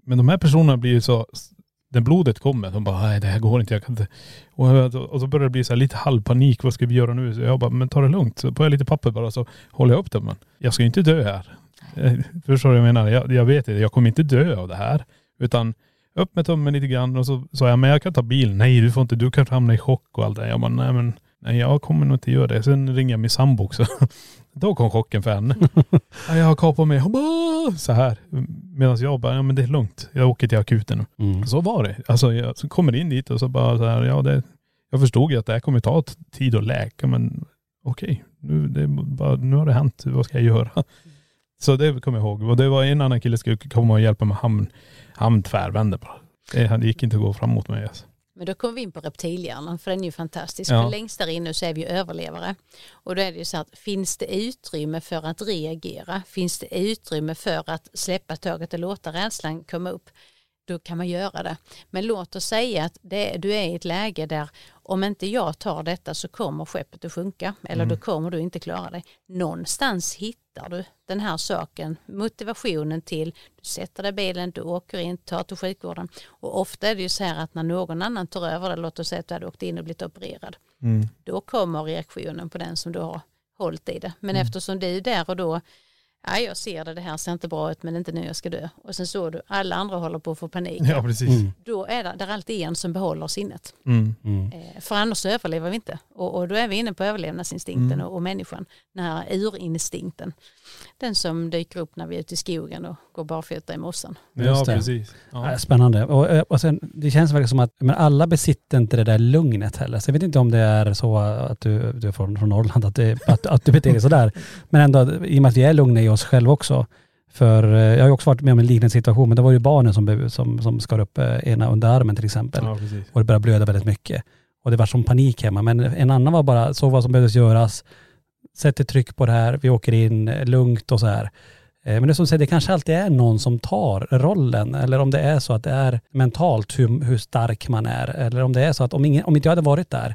Men de här personerna blir ju så, när blodet kommer, de bara, nej det här går inte, jag kan inte. Och, och så börjar det bli så här lite halvpanik, vad ska vi göra nu? Så jag bara, men ta det lugnt. Så får jag lite papper bara, så håller jag upp det. Men jag ska ju inte dö här. Förstår du vad jag menar? Jag, jag vet inte, jag kommer inte dö av det här. Utan upp med tummen lite grann och så sa jag, men jag kan ta bilen. Nej, du får inte, du kan hamna i chock och allt det. Jag bara, nej men, nej jag kommer nog inte göra det. Sen ringer jag min sambo också. Då kom chocken för henne. Ja, jag har kapat mig. Hon bara, så här. Medan jag bara, ja men det är lugnt. Jag åker till akuten nu. Mm. Så var det. Alltså jag så kommer in dit och så bara så här, ja det, jag förstod ju att det här kommer ta tid att läka. Men okej, nu, det bara, nu har det hänt. Vad ska jag göra? Så det kommer jag ihåg. Och det var en annan kille som skulle komma och hjälpa med hamn. Han tvärvände bara. Det gick inte att gå framåt med. Alltså. Men då kommer vi in på reptilhjärnan, för den är ju fantastisk. Ja. För längst där inne så är vi ju överlevare. Och då är det ju så att, finns det utrymme för att reagera? Finns det utrymme för att släppa taget och låta rädslan komma upp? Då kan man göra det. Men låt oss säga att det, du är i ett läge där om inte jag tar detta så kommer skeppet att sjunka. Eller mm. då kommer du inte klara dig. Någonstans hittar du den här saken. Motivationen till, du sätter dig i bilen, du åker in, tar till sjukvården. Och ofta är det ju så här att när någon annan tar över det, låt oss säga att du hade åkt in och blivit opererad. Mm. Då kommer reaktionen på den som du har hållit i det. Men mm. eftersom du är där och då, ja, jag ser det, det här ser inte bra ut men inte nu jag ska dö. Och sen så du, alla andra håller på att få panik. Ja, precis. Mm. Då är det, det är alltid en som behåller sinnet. Mm. Mm. Eh, för annars överlever vi inte. Och, och då är vi inne på överlevnadsinstinkten mm. och, och människan. Den här urinstinkten. Den som dyker upp när vi är ute i skogen och går barfota i mossan. Ja, precis. Ja. Spännande. Och, och sen, det känns verkligen som att men alla besitter inte det där lugnet heller. Så jag vet inte om det är så att du, du är från, från Norrland, att, det, att, att du beter dig sådär. Men ändå, i och med att vi är lugna i oss själva också. För jag har ju också varit med om en liknande situation, men det var ju barnen som, som, som skar upp ena under armen till exempel. Ja, och det började blöda väldigt mycket. Och det var som panik hemma. Men en annan var bara, så vad som behövdes göras. Sätter tryck på det här, vi åker in lugnt och så här. Men det som säger, det kanske alltid är någon som tar rollen. Eller om det är så att det är mentalt hur, hur stark man är. Eller om det är så att om, ingen, om inte jag hade varit där,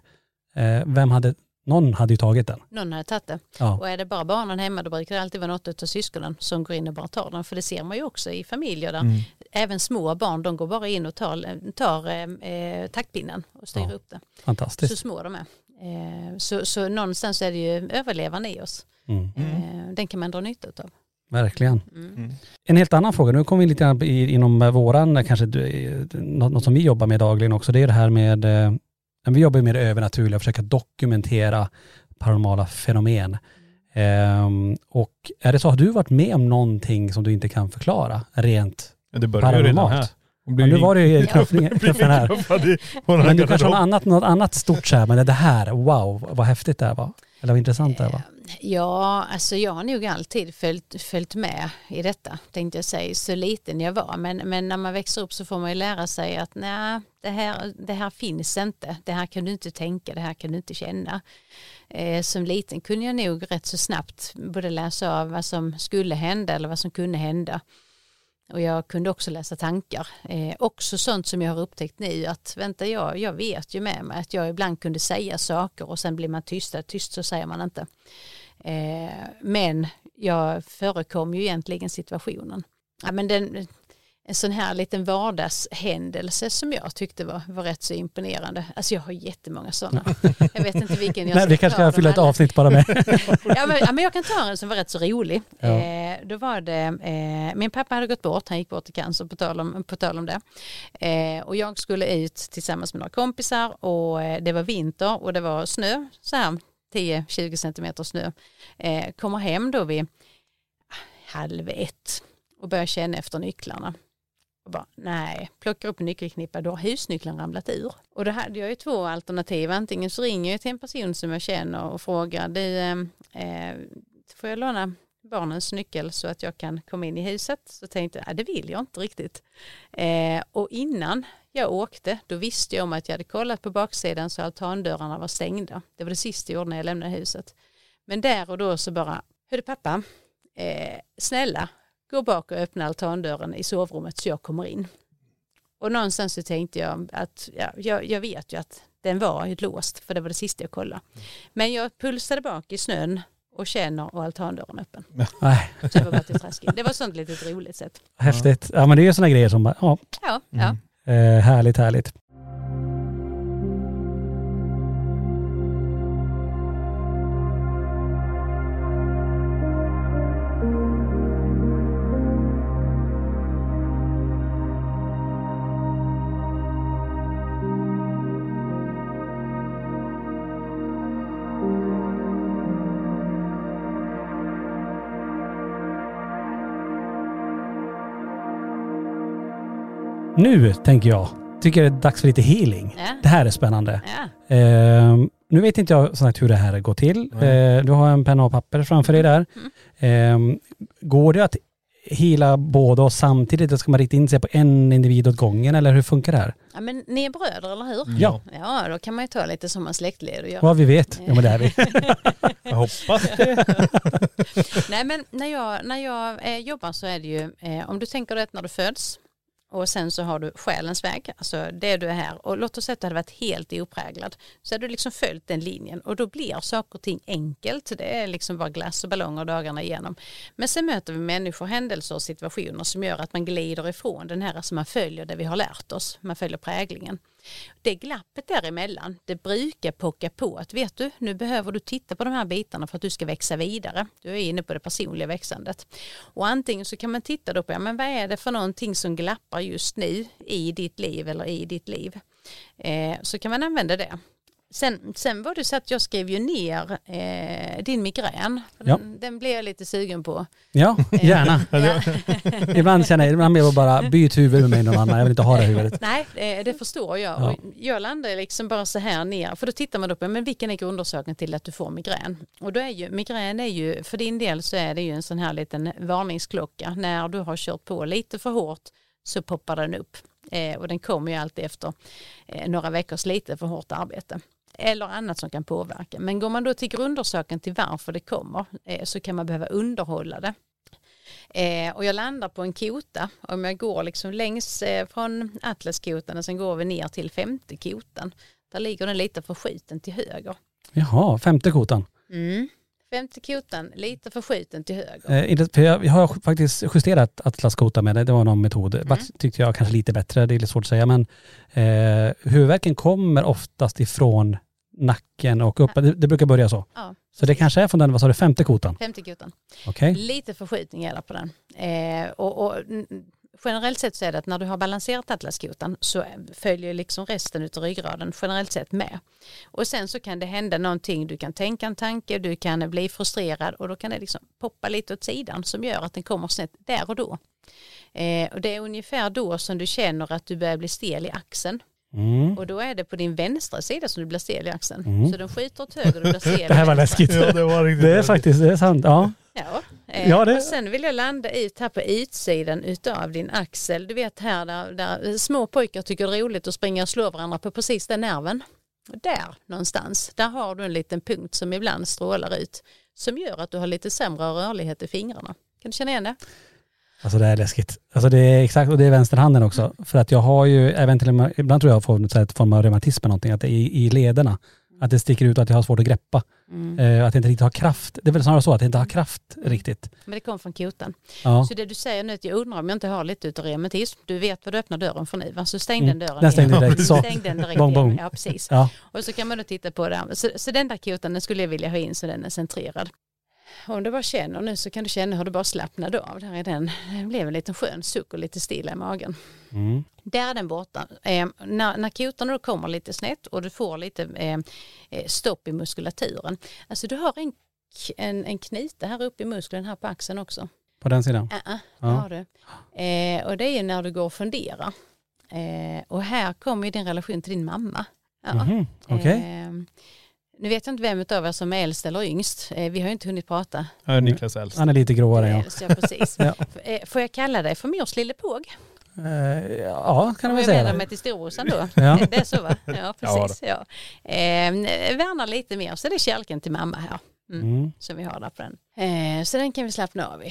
vem hade, någon hade ju tagit den. Någon hade tagit det. Ja. Och är det bara barnen hemma, då brukar det alltid vara något av syskonen som går in och bara tar den. För det ser man ju också i familjer där mm. även små barn, de går bara in och tar, tar eh, taktpinnen och styr ja. upp det. Fantastiskt. Så små de är. Eh, så, så någonstans är det ju överlevande i oss. Mm. Eh, den kan man dra nytta av. Verkligen. Mm. Mm. En helt annan fråga, nu kommer vi lite grann inom våran, kanske något, något som vi jobbar med dagligen också, det är det här med, eh, vi jobbar med det övernaturliga och försöka dokumentera paranormala fenomen. Mm. Eh, och är det så, har du varit med om någonting som du inte kan förklara rent ja, det börjar redan här. Ja, nu var det ju knuffen här. Men du kanske har något annat, något annat stort så här, men det här, wow, vad häftigt det här var. Eller vad intressant det här var. Ja, alltså jag har nog alltid följt, följt med i detta, tänkte jag säga, så liten jag var. Men, men när man växer upp så får man ju lära sig att nej, det här, det här finns inte. Det här kan du inte tänka, det här kan du inte känna. Eh, som liten kunde jag nog rätt så snabbt både läsa av vad som skulle hända eller vad som kunde hända. Och jag kunde också läsa tankar. Eh, också sånt som jag har upptäckt nu. Att vänta, jag, jag vet ju med mig att jag ibland kunde säga saker och sen blir man tyst. Tyst så säger man inte. Eh, men jag förekom ju egentligen situationen. Ja, men den, en sån här liten vardagshändelse som jag tyckte var, var rätt så imponerande. Alltså jag har jättemånga sådana. Jag vet inte vilken jag ska. Nej, vi kanske ska fylla ett avsnitt bara med. ja, men, ja, men jag kan ta en som var rätt så rolig. Ja. Eh, då var det, eh, min pappa hade gått bort, han gick bort i cancer på tal om, på tal om det. Eh, och jag skulle ut tillsammans med några kompisar och eh, det var vinter och det var snö, så här tio till tjugo centimeter snö. Eh, kommer hem då vid halv ett och börjar känna efter nycklarna. Och bara, nej, plockar upp nyckelknippa, då har husnyckeln ramlat ur. Och då hade jag ju två alternativ. Antingen så ringer jag till en person som jag känner och frågar, du, eh, får jag låna barnens nyckel så att jag kan komma in i huset? Så tänkte jag, nej, det vill jag inte riktigt. Eh, och innan jag åkte, då visste jag om att jag hade kollat på baksidan så altandörrarna var stängda. Det var det sista jag gjorde när jag lämnade huset. Men där och då så bara, hörde pappa, eh, snälla, gå bak och öppna altandörren i sovrummet så jag kommer in. Och någonstans så tänkte jag att ja, jag, jag vet ju att den var låst för det var det sista jag kollade. Men jag pulsade bak i snön och känner och altandörren öppen. Nej. Så det var bara till träsk in. Det var sånt litet roligt sätt. Häftigt. Ja, men det är ju sådana grejer som bara, ja. Ja, ja. Eh, härligt, härligt. Nu tänker jag, tycker det är dags för lite healing. Ja. Det här är spännande. Ja. Eh, nu vet inte jag som sagt hur det här går till. Eh, du har en penna och papper framför dig där. Mm. Eh, går det att heala båda och samtidigt? Eller ska man rikta in sig på en individ åt gången? Eller hur funkar det här? Ja, men ni är bröder, eller hur? Ja. Ja, då kan man ju ta lite som en släktled och göra. Vad vi vet. Ja, men det är vi. Jag hoppas det. Nej, men när jag, när jag eh, jobbar så är det ju, eh, om du tänker det när du föds, och sen så har du själens väg, alltså det du är här. Och låt oss säga att du hade varit helt opräglad. Så hade du liksom följt den linjen. Och då blir saker och ting enkelt. Det är liksom bara glass och ballonger dagarna igenom. Men sen möter vi människor, händelser och situationer som gör att man glider ifrån den här, alltså man följer det vi har lärt oss. Man följer präglingen. Det glappet däremellan, det brukar pocka på att vet du, nu behöver du titta på de här bitarna för att du ska växa vidare. Du är inne på det personliga växandet. Och antingen så kan man titta då på, ja, men vad är det för någonting som glappar just nu i ditt liv eller i ditt liv. Eh, så kan man använda det. Sen, sen var det så att jag skrev ju ner eh, din migrän. Ja. Den, den blev jag lite sugen på. Ja, gärna. Ja. Ibland känner jag, ibland jag bara byt huvud med mig någon annan. Jag vill inte ha det huvudet. Nej, det, det förstår jag. Ja. Och jag landar liksom bara så här ner. För då tittar man då på, men vilken är grundorsaken till att du får migrän? Och då är ju, migrän är ju, för din del så är det ju en sån här liten varningsklocka. När du har kört på lite för hårt så poppar den upp. Eh, och den kommer ju alltid efter eh, några veckors lite för hårt arbete. Eller annat som kan påverka. Men går man då till grundorsaken till varför det kommer eh, så kan man behöva underhålla det. Eh, och jag landar på en kota. Om jag går liksom längs eh, från atlaskotan och sen går vi ner till femte kotan. Där ligger den lite förskjuten till höger. Jaha, femte kotan. Mm. Femte kotan lite förskjuten till höger. Eh, inte, för jag, jag har faktiskt justerat atlaskotan med det. Det var någon metod. Mm. Tyckte jag kanske lite bättre. Det är lite svårt att säga. Men eh, huvudvärken kommer oftast ifrån nacken och upp. Ja. Det, det brukar börja så. Ja. Så det kanske är från den, vad sa du, femte kotan? Femte kotan. Okej. Okay. Lite förskjutning gäller på den. Eh, och, och generellt sett så är det att när du har balanserat atlaskotan så följer liksom resten av ryggraden generellt sett med. Och sen så kan det hända någonting, du kan tänka en tanke, du kan bli frustrerad och då kan det liksom poppa lite åt sidan som gör att den kommer snett där och då. Eh, och det är ungefär då som du känner att du börjar bli stel i axeln. Mm. Och då är det på din vänstra sida som du blir stel i axeln. Mm. Så den skjuter åt höger och du blir stel. Det här var läskigt. Ja, det var riktigt det är läskigt. faktiskt, det är sant. Ja. Ja, eh, ja det... och sen vill jag landa ut här på utsidan utav din axel. Du vet här där, där små pojkar tycker det är roligt att springa och slå varandra på precis den nerven. Och där någonstans, där har du en liten punkt som ibland strålar ut. Som gör att du har lite sämre rörlighet i fingrarna. Kan du känna igen det? Alltså det är läskigt. Alltså det är exakt, och det är vänsterhanden också. Mm. För att jag har ju, även till och med, ibland tror jag jag får något form av reumatism eller någonting, att det är i, i lederna. Att det sticker ut och att jag har svårt att greppa. Mm. Eh, att jag inte riktigt har kraft. Det är väl snarare så att jag inte har kraft riktigt. Men det kom från kotan. Ja. Så det du säger nu, att jag undrar om jag inte har lite utav reumatism. Du vet vad du öppnar dörren för nu, va? Så stäng mm. den dörren. Den stängde direkt. Så. Stäng den direkt. Bong, bong. Ja, precis. Ja. Och så kan man då titta på det. Så, så den där kotan, den skulle jag vilja ha in så den är centrerad. Om du bara känner nu så kan du känna hur du bara slappnade av. Där är den. Det blev en liten skön suck och lite stilla i magen. Mm. Där är den borta. Eh, när, när kotan då kommer lite snett och du får lite eh, stopp i muskulaturen. Alltså du har en, en, en knita här uppe i muskeln här på axeln också. På den sidan? Uh-uh, ja, har du. Eh, och det är ju när du går och funderar. Eh, och här kommer ju din relation till din mamma. Ja. Mm-hmm. Okej. Okay. Eh, Nu vet jag inte vem av er som är äldst eller yngst. Vi har ju inte hunnit prata. Ja, Niklas äldst. Han är lite gråare. Ja. Äldst, ja, precis. Ja. Får jag kalla dig för mors lille påg? Uh, ja, kan du väl säga. Jag menar med till storrosan då. Ja. Det är så, va? Ja, precis. Ja, ja. Eh, värnar lite mer, så det är kärleken till mamma här. Mm. Mm. Som vi har där på den. Eh, så den kan vi slappna av i.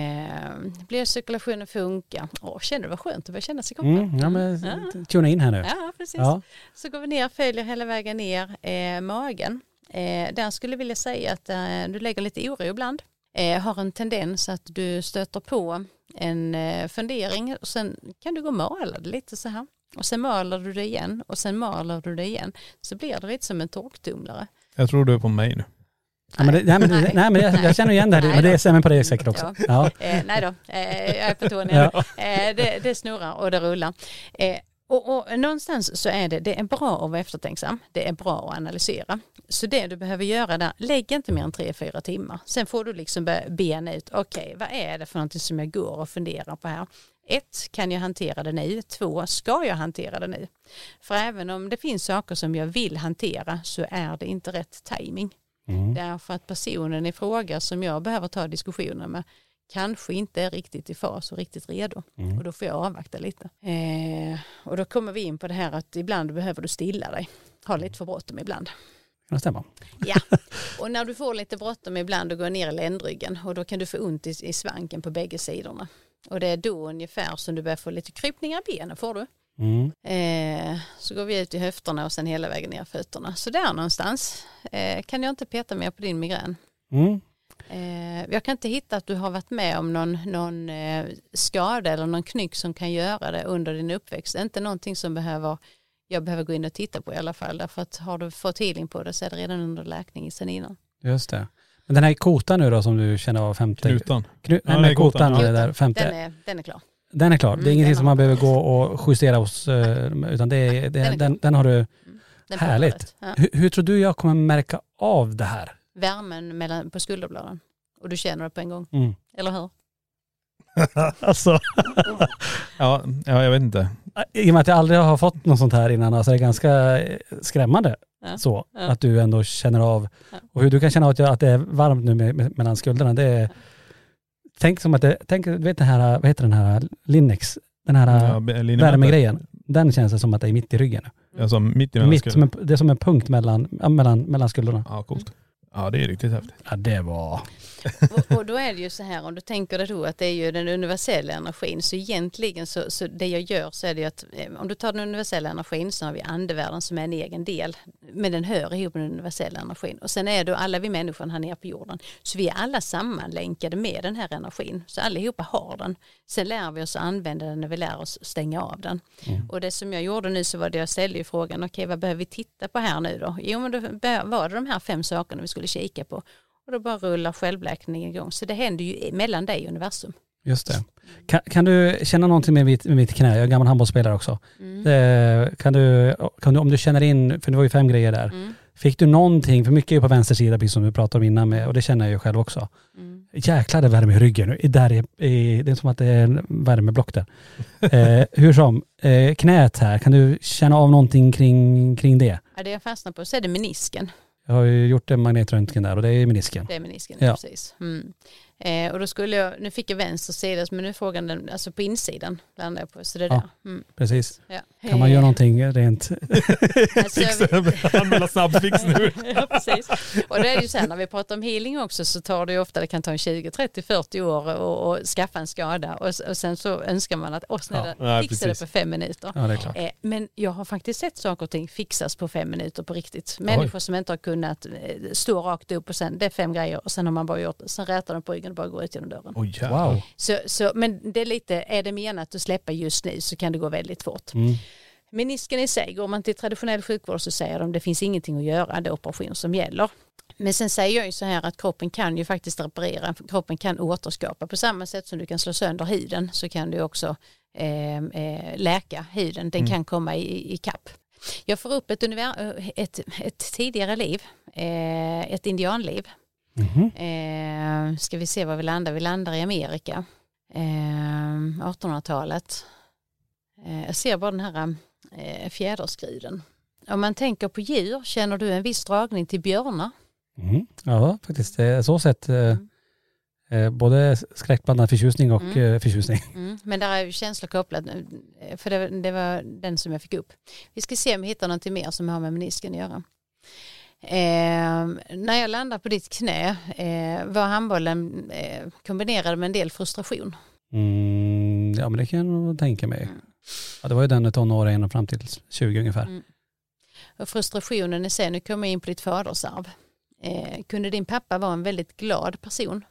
Eh, blir cirkulationen funka. Åh, känner du vad skönt att börja känna sig kopplad? Mm, ja, men ja. Tuna in här nu. Ja, precis. Ja. Så går vi ner, följer hela vägen ner eh, magen. Eh, där skulle jag vilja säga att eh, du lägger lite oro ibland. Eh, har en tendens att du stöter på en eh, fundering och sen kan du gå och mala det lite så här. Och sen maler du det igen och sen maler du det igen. Så blir det lite som en torktumlare. Jag tror du är på mig nu. Ja, men det, nej, men, nej. nej men jag, jag känner igen det här, nej, men det är stämmer på det säkert också. Ja. Ja. Eh, nej då, eh, jag är på tån. Ja. Eh, det, det snurrar och det rullar. Eh, och, och någonstans så är det, det är bra att vara eftertänksam. Det är bra att analysera. Så det du behöver göra där, lägg inte mer än tre, fyra timmar. Sen får du liksom börja bena ut, okej, okay, vad är det för någonting som jag går och funderar på här? Ett, kan jag hantera det nu? Två, ska jag hantera det nu? För även om det finns saker som jag vill hantera så är det inte rätt timing. Mm. Därför att personen i fråga som jag behöver ta diskussioner med kanske inte är riktigt i fas och riktigt redo. Mm. Och då får jag avvakta lite. Eh, och då kommer vi in på det här att ibland behöver du stilla dig. Ha lite för bråttom ibland. Det stämmer. Ja, och när du får lite bråttom ibland och går ner i ländryggen och då kan du få ont i, i svanken på bägge sidorna. Och det är då ungefär som du börjar få lite krypningar i benen, får du. Mm. Eh, så går vi ut i höfterna och sen hela vägen ner fötterna. Så där någonstans eh, kan jag inte peta mer på din migrän. Mm. Eh, jag kan inte hitta att du har varit med om någon, någon eh, skada eller någon knyck som kan göra det under din uppväxt. Det är inte någonting som behöver, jag behöver gå in och titta på i alla fall. Därför att har du fått healing på det så är det redan under läkning sen innan. Just det. Men den här kotan nu då som du känner av femte? Knutan. Knu, nej, ja, men kotan, kotan där femte. Den är, den är klar. Den är klar. Det är mm, ingenting som man behöver gå och justera hos, utan det är, det, den, den, den har du. Den härligt. Ja. Hur, hur tror du jag kommer märka av det här? Värmen mellan, på skulderbladen. Och du känner det på en gång. Mm. Eller hur? alltså. ja, ja, jag vet inte. I och med att jag aldrig har fått något sånt här innan, alltså det är ganska skrämmande. Ja. Så, ja. Att du ändå känner av. Ja. Och hur du kan känna av att, att det är varmt nu med, med, mellan skulderna, det är... Ja. Tänk som att det, tänk, du vet den här, vad heter den här Linux, den här ja, värmegrejen. Den känns det som att det är mitt i ryggen. Mm. Alltså mitt i mitt, som en, det är som en punkt mellan, mellan, mellan skulderna. Ja, coolt. Ja, det är riktigt häftigt. Ja, det var... och, och då är det ju så här, om du tänker det då att det är ju den universella energin, så egentligen så, så det jag gör så är det ju att om du tar den universella energin så har vi andevärlden som är en egen del, men den hör ihop med den universella energin. Och sen är det alla vi människor här nere på jorden, så vi är alla sammanlänkade med den här energin, så allihopa har den. Sen lär vi oss att använda den när vi lär oss stänga av den. Mm. Och det som jag gjorde nu så var det jag ställde ju frågan, okej, okay, vad behöver vi titta på här nu då? Jo, men då var det de här fem sakerna vi skulle kika på. Och då bara rullar självläkningen igång. Så det händer ju mellan dig och universum. Just det. Kan, kan du känna någonting med mitt, med mitt knä? Jag är gammal handbollsspelare också. Mm. Det, kan, du, kan du, om du känner in, för det var ju fem grejer där. Mm. Fick du någonting, för mycket är på vänster sida, precis som du pratade om innan med, och det känner jag ju själv också. Mm. Jäklar, det värme i ryggen. Där är, är, det är som att det är en värmeblock där. eh, hur som, eh, knät här, kan du känna av någonting kring, kring det? Ja, det jag fastnar på så är det menisken. Jag har ju gjort en magnetröntgen där och det är menisken. Det är menisken, ja. Precis. Mm. Eh, och då skulle jag, nu fick jag vänster sida, men nu är frågan den, alltså på insidan landar jag på, så det är ja, där. Mm. Precis. Ja. Kan man göra någonting rent? Alltså, anmäla snabbfix nu. Ja, precis. Och det är ju så här, när vi pratar om healing också så tar det ju ofta, det kan ta tjugo, trettio, fyrtio år och, och skaffa en skada och, och sen så önskar man att oss ja, ja, fixa det på fem minuter. Ja, det är klart. Eh, men jag har faktiskt sett saker och ting fixas på fem minuter på riktigt. Människor Oj. som inte har kunnat stå rakt upp och sen, det är fem grejer och sen har man bara gjort det. Sen rätar de på ryggen och bara går ut genom dörren. Oh, wow. så, så, men det är lite, är det menat att släppa just nu så kan det gå väldigt fort. Mm. Menisken i sig, går man till traditionell sjukvård så säger de det finns ingenting att göra, det är operation som gäller. Men sen säger jag ju så här att kroppen kan ju faktiskt reparera, kroppen kan återskapa. På samma sätt som du kan slå sönder huden så kan du också eh, eh, läka huden, den mm. kan komma i, i kapp. Jag får upp ett, univer- ett, ett tidigare liv, eh, ett indianliv. Mm-hmm. Eh, ska vi se var vi landar. Vi landar i Amerika. Eh, artonhundratalet. Eh, jag ser bara den här eh, fjäderskruden. Om man tänker på djur, känner du en viss dragning till björnar? Mm. Ja, faktiskt. Det är så sett eh, eh, både skräckblandad förtjusning och mm. eh, förtjusning. Mm. Men där är ju känslor kopplat, för det, det var den som jag fick upp. Vi ska se om vi hittar något mer som har med menisken att göra. Eh, när jag landar på ditt knä eh, var handbollen eh, kombinerad med en del frustration. Mm, ja, men det kan jag nog tänka mig. Mm. Ja, det var ju den tonåringen fram till tjugo ungefär. Mm. Och frustrationen är sen, nu kommer jag in på ditt fadersarv. Eh, kunde din pappa vara en väldigt glad person?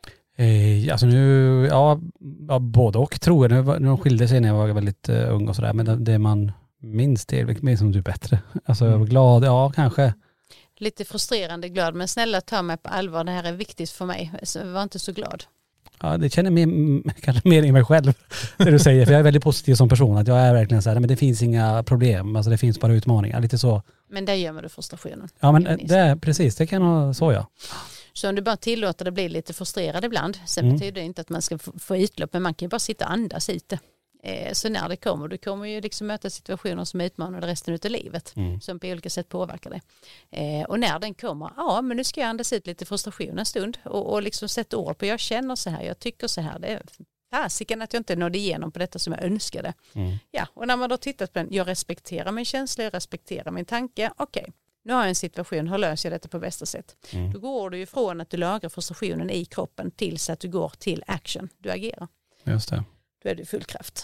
Eh, alltså nu, ja, ja både och tror jag. När de skilde sig när jag var väldigt uh, ung och sådär. Men det, det man minns det är mer som du bättre. Alltså jag var glad, ja kanske. Lite frustrerande glad, men snälla ta mig på allvar, det här är viktigt för mig. Så var inte så glad. Ja, det känner mer, kanske mer i mig själv, det du säger. För jag är väldigt positiv som person. Att jag är verkligen så här, men det finns inga problem. Alltså det finns bara utmaningar, lite så. Men där gör man det frustrationen. Ja, men det är precis, det kan vara så, ja. Så om du bara tillåter det bli lite frustrerad ibland, sen mm. betyder det inte att man ska få, få utlopp, men man kan ju bara sitta och andas i det. Eh, så när det kommer, du kommer ju liksom möta situationer som utmanar resten av livet, mm. som på olika sätt påverkar det. Eh, och när den kommer, ja men nu ska jag andas ut lite frustration en stund och, och liksom sätta ord på, jag känner så här, jag tycker så här, det är fasiken att jag inte nådde igenom på detta som jag önskade. Mm. Ja, och när man då tittat på den, jag respekterar min känsla, jag respekterar min tanke, okej. Okay. Nu har jag en situation, hur löser jag detta på bästa sätt? Mm. Då går du ju från att du lagrar frustrationen i kroppen tills att du går till action. Du agerar. Just det. Då är du full kraft.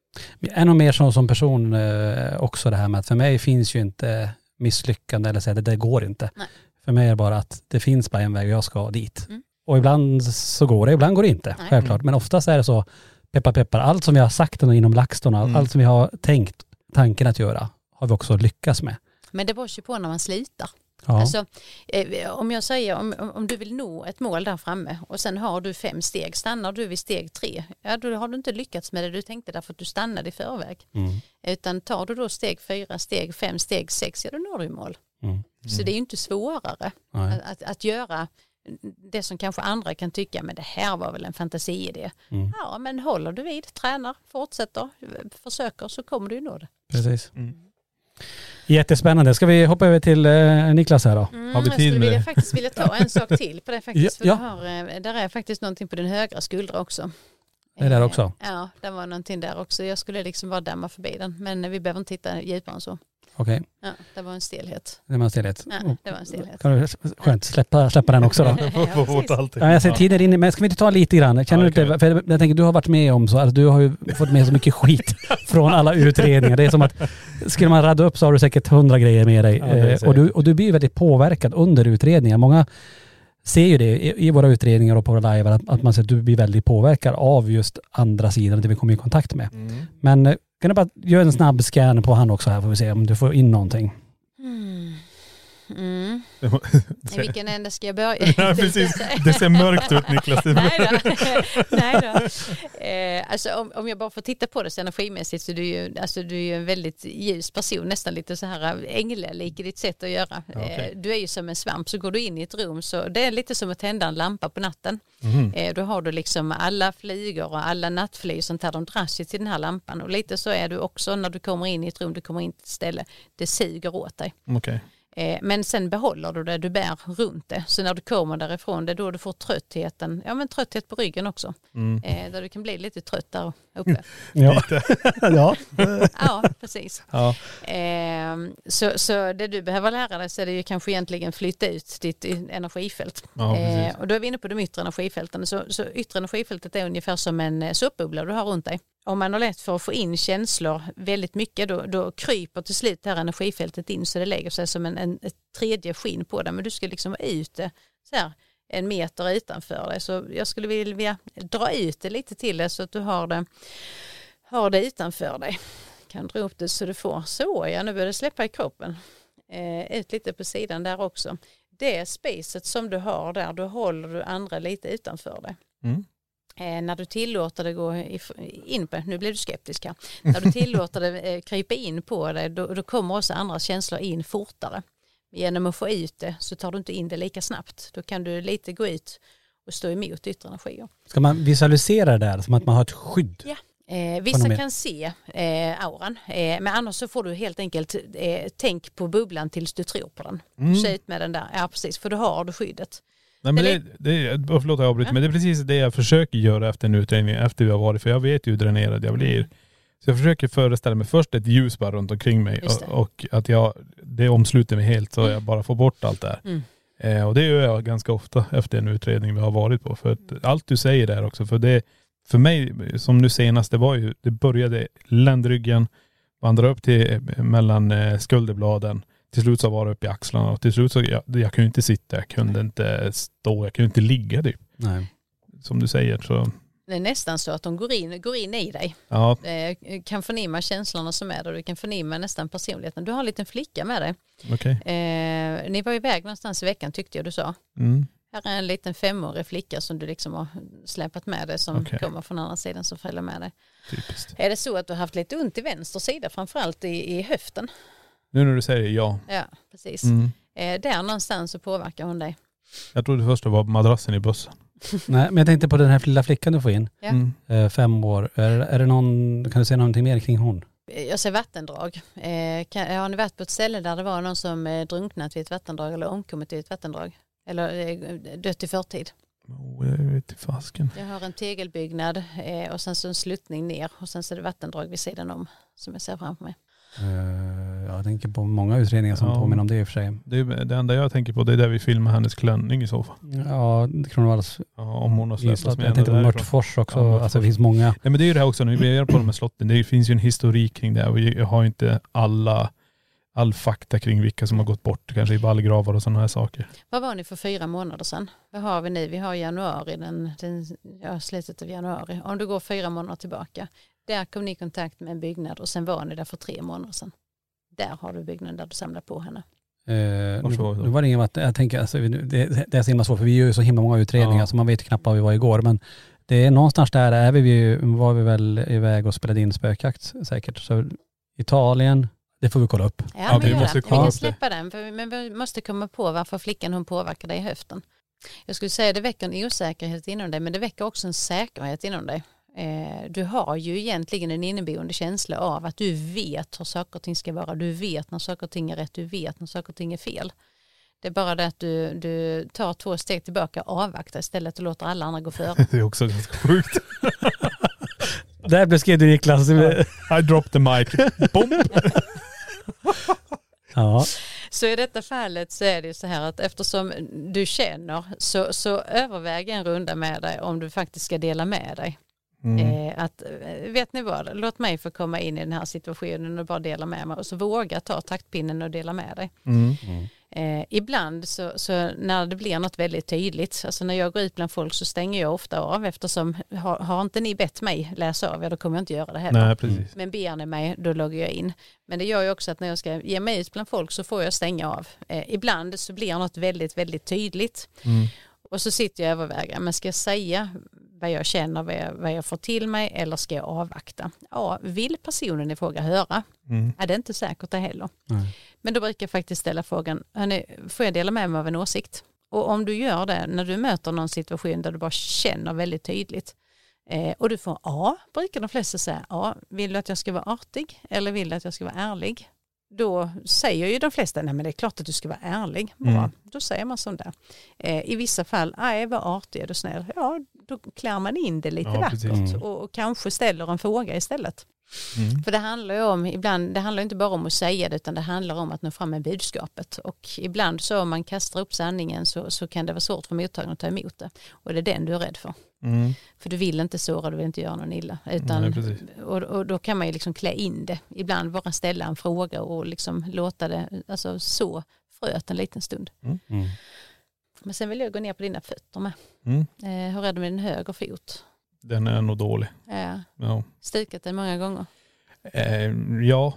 Ännu mer som, som person eh, också det här med att för mig finns ju inte misslyckande eller säga att det går inte. Nej. För mig är det bara att det finns bara en väg och jag ska dit. Mm. Och ibland så går det, ibland går det inte. Nej. Självklart. Men oftast är det så, peppar peppar, allt som vi har sagt inom LaxTon, mm. allt som vi har tänkt tanken att göra har vi också lyckats med. Men det beror ju på när man slutar. Ja. Alltså, eh, om jag säger, om, om du vill nå ett mål där framme och sen har du fem steg, stannar du vid steg tre, ja då har du inte lyckats med det du tänkte därför att du stannade i förväg. Mm. Utan tar du då steg fyra, steg fem, steg sex, ja då når du mål. Mm. Mm. Så det är ju inte svårare att, att, att göra det som kanske andra kan tycka, men det här var väl en fantasiidé. Mm. Ja, men håller du vid, tränar, fortsätter, försöker så kommer du ju nå det. Precis. Mm. Jättespännande. Ska vi hoppa över till eh, Niklas här då? Mm, har vi tid jag skulle vilja, faktiskt vilja ta en sak till på det faktiskt. För ja. Har, där är faktiskt någonting på den högra skuldra också. Det är där också? Ja, det var någonting där också. Jag skulle liksom bara damma förbi den. Men vi behöver inte titta djupare än så. Okej. Okay. Ja, det var en stelhet. Det var en stelhet. Ja, det var en stelhet. Kan du, skönt, släppa, släppa den också då. ja, ja, jag ser tiden in, men ska vi inte ta lite grann? Känner ja, du inte, för jag tänker, du har varit med om så, alltså, du har ju fått med så mycket skit från alla utredningar. Det är som att, skulle man radda upp så har du säkert hundra grejer med dig. Ja, eh, och, du, och du blir väldigt påverkad under utredningar. Många ser ju det i, i våra utredningar och på våra live, att, att man ser att du blir väldigt påverkad av just andra sidan, det vi kommer i kontakt med. Mm. Men kan du bara göra en snabb scan på han också här, får vi se om du får in någonting. Mm. Mm. I vilken ände ska jag börja? Ja, precis. Det ser mörkt ut, Niklas. Nej då. Nej då. Eh, alltså, om, om jag bara får titta på det så energimässigt, så du är ju, alltså, du är ju en väldigt ljus person, nästan lite så här änglelik i ditt sätt att göra. Okay. Eh, du är ju som en svamp, så går du in i ett rum så det är lite som att tända en lampa på natten. Mm. Eh, då har du liksom alla flygor och alla nattflyg och sånt här, de dras ju till den här lampan. Och lite så är du också när du kommer in i ett rum, du kommer in till ett ställe, det suger åt dig. Okej. Okay. Men sen behåller du det, du bär runt det. Så när du kommer därifrån, det är då du får tröttheten. Ja, men trötthet på ryggen också. Mm. Eh, där du kan bli lite trött där uppe. Ja, ja. ja precis. Ja. Eh, så, så det du behöver lära dig så är det ju kanske egentligen flytta ut ditt energifält. Ja, eh, och då är vi inne på de yttre energifälten. Så, så yttre energifältet är ungefär som en såpbubbla du har runt dig. Om man har lätt för att få in känslor väldigt mycket, då, då kryper till slut det här energifältet in så det lägger sig som en, en ett tredje skinn på det. Men du ska liksom vara ute så här, en meter utanför dig. Så jag skulle vilja dra ut det lite till det så att du har det, har det utanför dig. Kan dra upp det så du får så, ja nu börjar det släppa i kroppen. Eh, ut lite på sidan där också. Det spacet som du har där, då håller du andra lite utanför dig. Mm. Eh, när du tillåter det gå in på, nu blir du skeptisk här, när du tillåter det eh, krypa in på det, då, då kommer också andra känslor in fortare. Genom att få ut det så tar du inte in det lika snabbt. Då kan du lite gå ut och stå emot yttre energier. Ska man visualisera det där som att man har ett skydd? Ja. Eh, vissa kan se eh, auran, eh, men annars så får du helt enkelt eh, tänk på bubblan tills du tror på den. Mm. Så ut med den där, ja precis, för då har du skyddet. Nej, men det, det, det, förlåt jag avbryter, ja. Men det är precis det jag försöker göra efter en utredning, efter vi har varit, för jag vet ju hur dränerad jag blir. Så jag försöker föreställa mig först ett ljus bara runt omkring mig och, och att jag, det omsluter mig helt så mm. jag bara får bort allt där. Mm. Eh, och det gör jag ganska ofta efter en utredning vi har varit på. För att allt du säger där också, för det för mig som nu senast, det var ju, det började ländryggen, Vandra upp till mellan eh, skulderbladen. Till slut så var det upp i axlarna. Och till slut så, jag, jag kunde inte sitta, jag kunde inte stå, jag kunde inte ligga typ. Nej. Som du säger så... Det är nästan så att de går in, går in i dig. Ja. Eh, kan förnimma känslorna som är där. Du kan förnimma nästan personligheten. Du har en liten flicka med dig. Okej. Eh, ni var iväg någonstans i veckan tyckte jag du sa. Mm. Här är en liten femårig flicka som du liksom har släpat med dig som Okay. kommer från andra sidan som följer med dig. Typiskt. Är det så att du har haft lite ont i vänster sida framförallt i, i höften? Nu när du säger ja. Ja, precis. Mm. Eh, där någonstans så påverkar hon dig. Jag trodde först det var madrassen i bussen. Nej, men jag tänkte på den här lilla flickan du får in. Ja. Mm. Eh, fem år. Är, är det någon, kan du säga någonting mer kring hon? Jag ser vattendrag. Eh, kan, har ni varit på ett ställe där det var någon som eh, drunknat vid ett vattendrag eller omkommit vid ett vattendrag? Eller eh, dött i förtid? Oh, jag vet inte fasken. Jag har en tegelbyggnad eh, och sen så en sluttning ner och sen så är det vattendrag vid sidan om som jag ser framför mig. Uh, jag tänker på många utredningar som Ja. påminner om det i och för sig. Det, är, det enda jag tänker på det är där vi filmar hennes klänning i så fall. Ja, Kronovalls. Ja, om hon har släppt oss med Jag tänkte på Mörtfors också. Ja, Mörtfors. Alltså det finns många. Ja, men det är ju det här också, när vi är på de här slotten, det finns ju en historik kring det här och jag har ju inte alla, all fakta kring vilka som har gått bort, kanske i vallgravar och sådana här saker. Vad var ni för fyra månader sedan? Vad har vi nu? Vi har januari, den, den, ja, slutet av januari. Om du går fyra månader tillbaka, där kom ni i kontakt med en byggnad och sen var ni där för tre månader sedan. Där har du byggnaden där du samlar på henne. Uh, nu, Varför? nu var det ingen att jag tänker, alltså, det, det är så himla svårt för vi gör ju så himla många utredningar Ja. så man vet knappt var vi var igår. Men det är någonstans där är vi, var vi väl iväg och spelade in spökjakt säkert. Så Italien, det får vi kolla upp. Ja, Ja, men vi vi, måste vi kolla kan upp det. släppa den, för, men vi måste komma på varför flickan hon påverkar dig i höften. Jag skulle säga det väcker en osäkerhet inom dig, men det väcker också en säkerhet inom dig. Eh, du har ju egentligen en inneboende känsla av att du vet hur saker och ting ska vara. Du vet när saker och ting är rätt, du vet när saker och ting är fel. Det är bara det att du, du tar två steg tillbaka och avvaktar istället och låter alla andra gå före. Det är också ganska sjukt. Där beskrev du Niklas. I dropped the mic. Boom. Ja. Så i detta fallet så är det så här att eftersom du känner så, så överväg en runda med dig om du faktiskt ska dela med dig. Mm. Eh, att, vet ni vad, låt mig få komma in i den här situationen och bara dela med mig och så våga ta taktpinnen och dela med dig. Mm. Eh, ibland så, så när det blir något väldigt tydligt, alltså när jag går ut bland folk så stänger jag ofta av eftersom har, har inte ni bett mig läsa av, ja då kommer jag inte göra det heller. Nej, precis. Men ber ni mig, då loggar jag in. Men det gör ju också att när jag ska ge mig ut bland folk så får jag stänga av. Eh, ibland så blir något väldigt, väldigt tydligt. Mm. Och så sitter jag och överväger, men ska jag säga vad jag känner, vad jag, vad jag får till mig eller ska jag avvakta? Ja, vill personen i fråga höra? Mm. Är det inte säkert det heller. Mm. Men då brukar jag faktiskt ställa frågan, hörni, får jag dela med mig av en åsikt? Och om du gör det, när du möter någon situation där du bara känner väldigt tydligt eh, och du får ja, brukar de flesta säga, ja, vill du att jag ska vara artig eller vill du att jag ska vara ärlig? Då säger ju de flesta, nej men det är klart att du ska vara ärlig. Bra, Mm. då säger man sånt där. Eh, I vissa fall, nej var artig, är du snäll? Ja, då klär man in det lite Ja, vackert precis. Mm. och, och kanske ställer en fråga istället. Mm. För det handlar ju om, ibland, det handlar inte bara om att säga det utan det handlar om att nå fram med budskapet. Och ibland så om man kastar upp sanningen så, så kan det vara svårt för mottagaren att ta emot det. Och det är den du är rädd för. Mm. För du vill inte såra, du vill inte göra någon illa. Utan, Nej, precis. och, och då kan man ju liksom klä in det. Ibland bara ställa en fråga och liksom låta det, alltså så fröet en liten stund. Mm. Men sen vill jag gå ner på dina fötter med. Mm. Eh, hur är det med din höger fot? Den är nog dålig. Eh, Ja. stukat den många gånger. Eh, ja.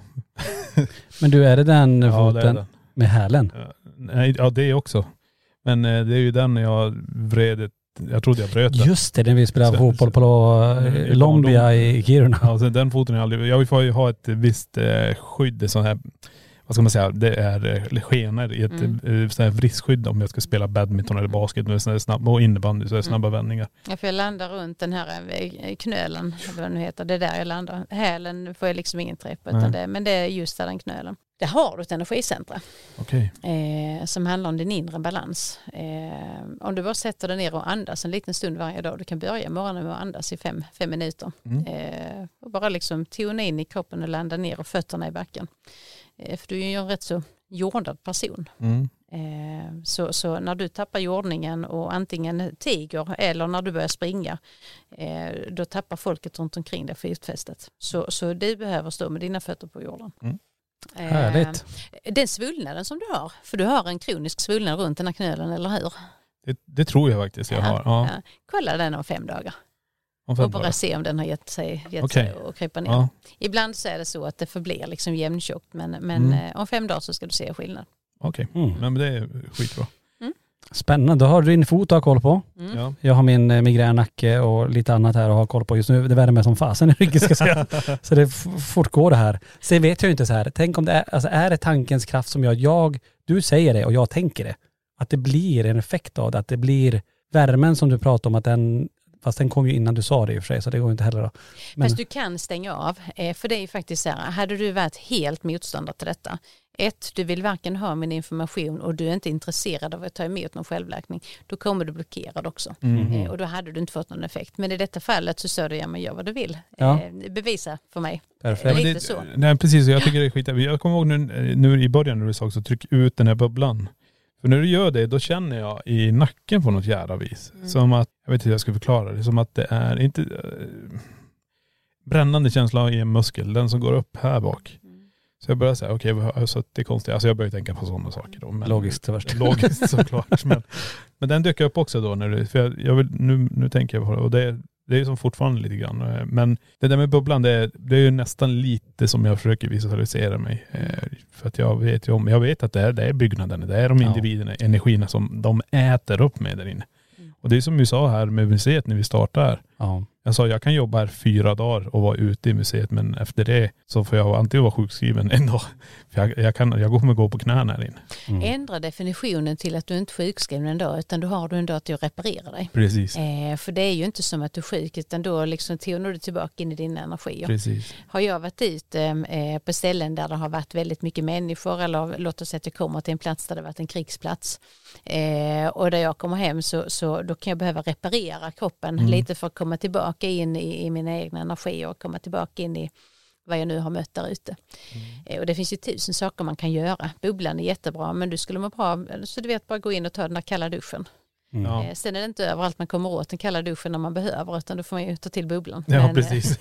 Men du, är det den Ja, foten det är den. med hälen? Ja, nej, ja, det också. Men eh, det är ju den jag vred ett, jag trodde jag bröt den. Just det, när vi spelade Så- fotboll på I eh, Lombia i Kiruna. Ja, så den foten är aldrig, jag får ju ha ett visst eh, skydd, sån här, vad ska man säga, det är eh, skenor i ett Mm. eh, sån här vristskydd om jag ska spela badminton eller basket med sån här snabb, och innebandy så är det snabba vändningar. Ja, för jag landar runt den här eh, knölen, eller vad det nu heter, det är där jag landar. Hälen får jag liksom ingen träff på, Nej. utan det, men det är just där den knölen. Där har du ett energicentra Okej. eh, som handlar om din inre balans. Eh, om du bara sätter dig ner och andas en liten stund varje dag, du kan börja morgonen med att andas i fem, fem minuter. Mm. Eh, och bara liksom tona in i kroppen och landa ner och fötterna i backen. Eh, för du är ju en rätt så jordad person. Mm. Eh, så, så när du tappar jordningen och antingen tiger eller när du börjar springa, eh, då tappar folket runt omkring dig fotfästet. Så, så du behöver stå med dina fötter på jorden. Mm. Eh, Härligt. Den svullnaden som du har, för du har en kronisk svullnad runt den här knölen, eller hur? Det, det tror jag faktiskt jag har. Ja. Ja. Kolla den om fem dagar. Om fem och bara dagar. se om den har gett sig, gett Okay. sig och krypa ner. Ja. Ibland så är det så att det förblir liksom jämntjockt, men, men Mm. eh, om fem dagar så ska du se skillnad. Okej, Mm. men det är skitbra. Spännande. Då har du din fot att ha koll på. Mm. Ja. Jag har min eh, migrännacke och lite annat här att ha koll på. Just nu det värmer som fasen i ryggen ska jag säga. Så det f- fortgår det här. Sen vet jag ju inte så här. Tänk om det är, alltså är det tankens kraft som gör att jag, du säger det och jag tänker det. Att det blir en effekt av det. Att det blir värmen som du pratar om, att den, fast den kom ju innan du sa det i och för sig, så det går inte heller då. Men, Fast du kan stänga av, eh, för det är ju faktiskt så här, hade du varit helt motståndare till detta, ett, du vill varken ha min information och du är inte intresserad av att ta emot någon självläkning, då kommer du blockerad också. Mm. Eh, och då hade du inte fått någon effekt. Men i detta fallet så sa du, ja men gör vad du vill. Ja. Eh, bevisa för mig. Perfekt. Lite det, så. Nej, precis. Jag tycker det är skit. Jag kommer ihåg nu, nu i början när du sa också, tryck ut den här bubblan. För när du gör det, då känner jag i nacken på något jävla vis. Mm. Som att, jag vet inte hur jag ska förklara det, som att det är inte äh, brännande känsla i en muskel, den som går upp här bak. Så jag börjar säga, okej, okay, så det är konstigt. Alltså jag börjar tänka på sådana saker då. Men, Logiskt först. Logiskt såklart. men, men den dök upp också då när du, för jag, jag vill, nu, nu tänker jag på det, och det, det är ju som fortfarande lite grann. Men det där med bubblan, det är, det är ju nästan lite som jag försöker visualisera mig. Eh, för att jag vet ju om, jag vet att det är, det är byggnaden, det är de individerna, ja. energierna som de äter upp med där inne. Mm. Och det är som vi sa här med museet när vi startar. Ja. Jag sa, jag kan jobba här fyra dagar och vara ute i museet, men efter det så får jag antingen vara sjukskriven en dag. För jag, jag, kan, jag kommer gå på knäna här inne. Mm. Ändra definitionen till att du inte är sjukskriven en dag, utan du har du en dag till att reparera dig. Precis. Eh, för det är ju inte som att du är sjuk, utan då liksom tonar du tillbaka in i dina energier. Precis. Har jag varit ute eh, på ställen där det har varit väldigt mycket människor, eller låt oss säga att jag kommer till en plats där det har varit en krigsplats, eh, och där jag kommer hem så, så då kan jag behöva reparera kroppen mm. lite för att komma tillbaka in i, i mina egna energier och komma tillbaka in i vad jag nu har mött där ute. Mm. Och det finns ju tusen saker man kan göra. Bubblan är jättebra, men du skulle må bra, så du vet, bara gå in och ta den där kalla duschen. Mm. Eh, sen är det inte överallt man kommer åt den kalla duschen när man behöver, utan då får man ju ta till bubblan. Ja, men, precis.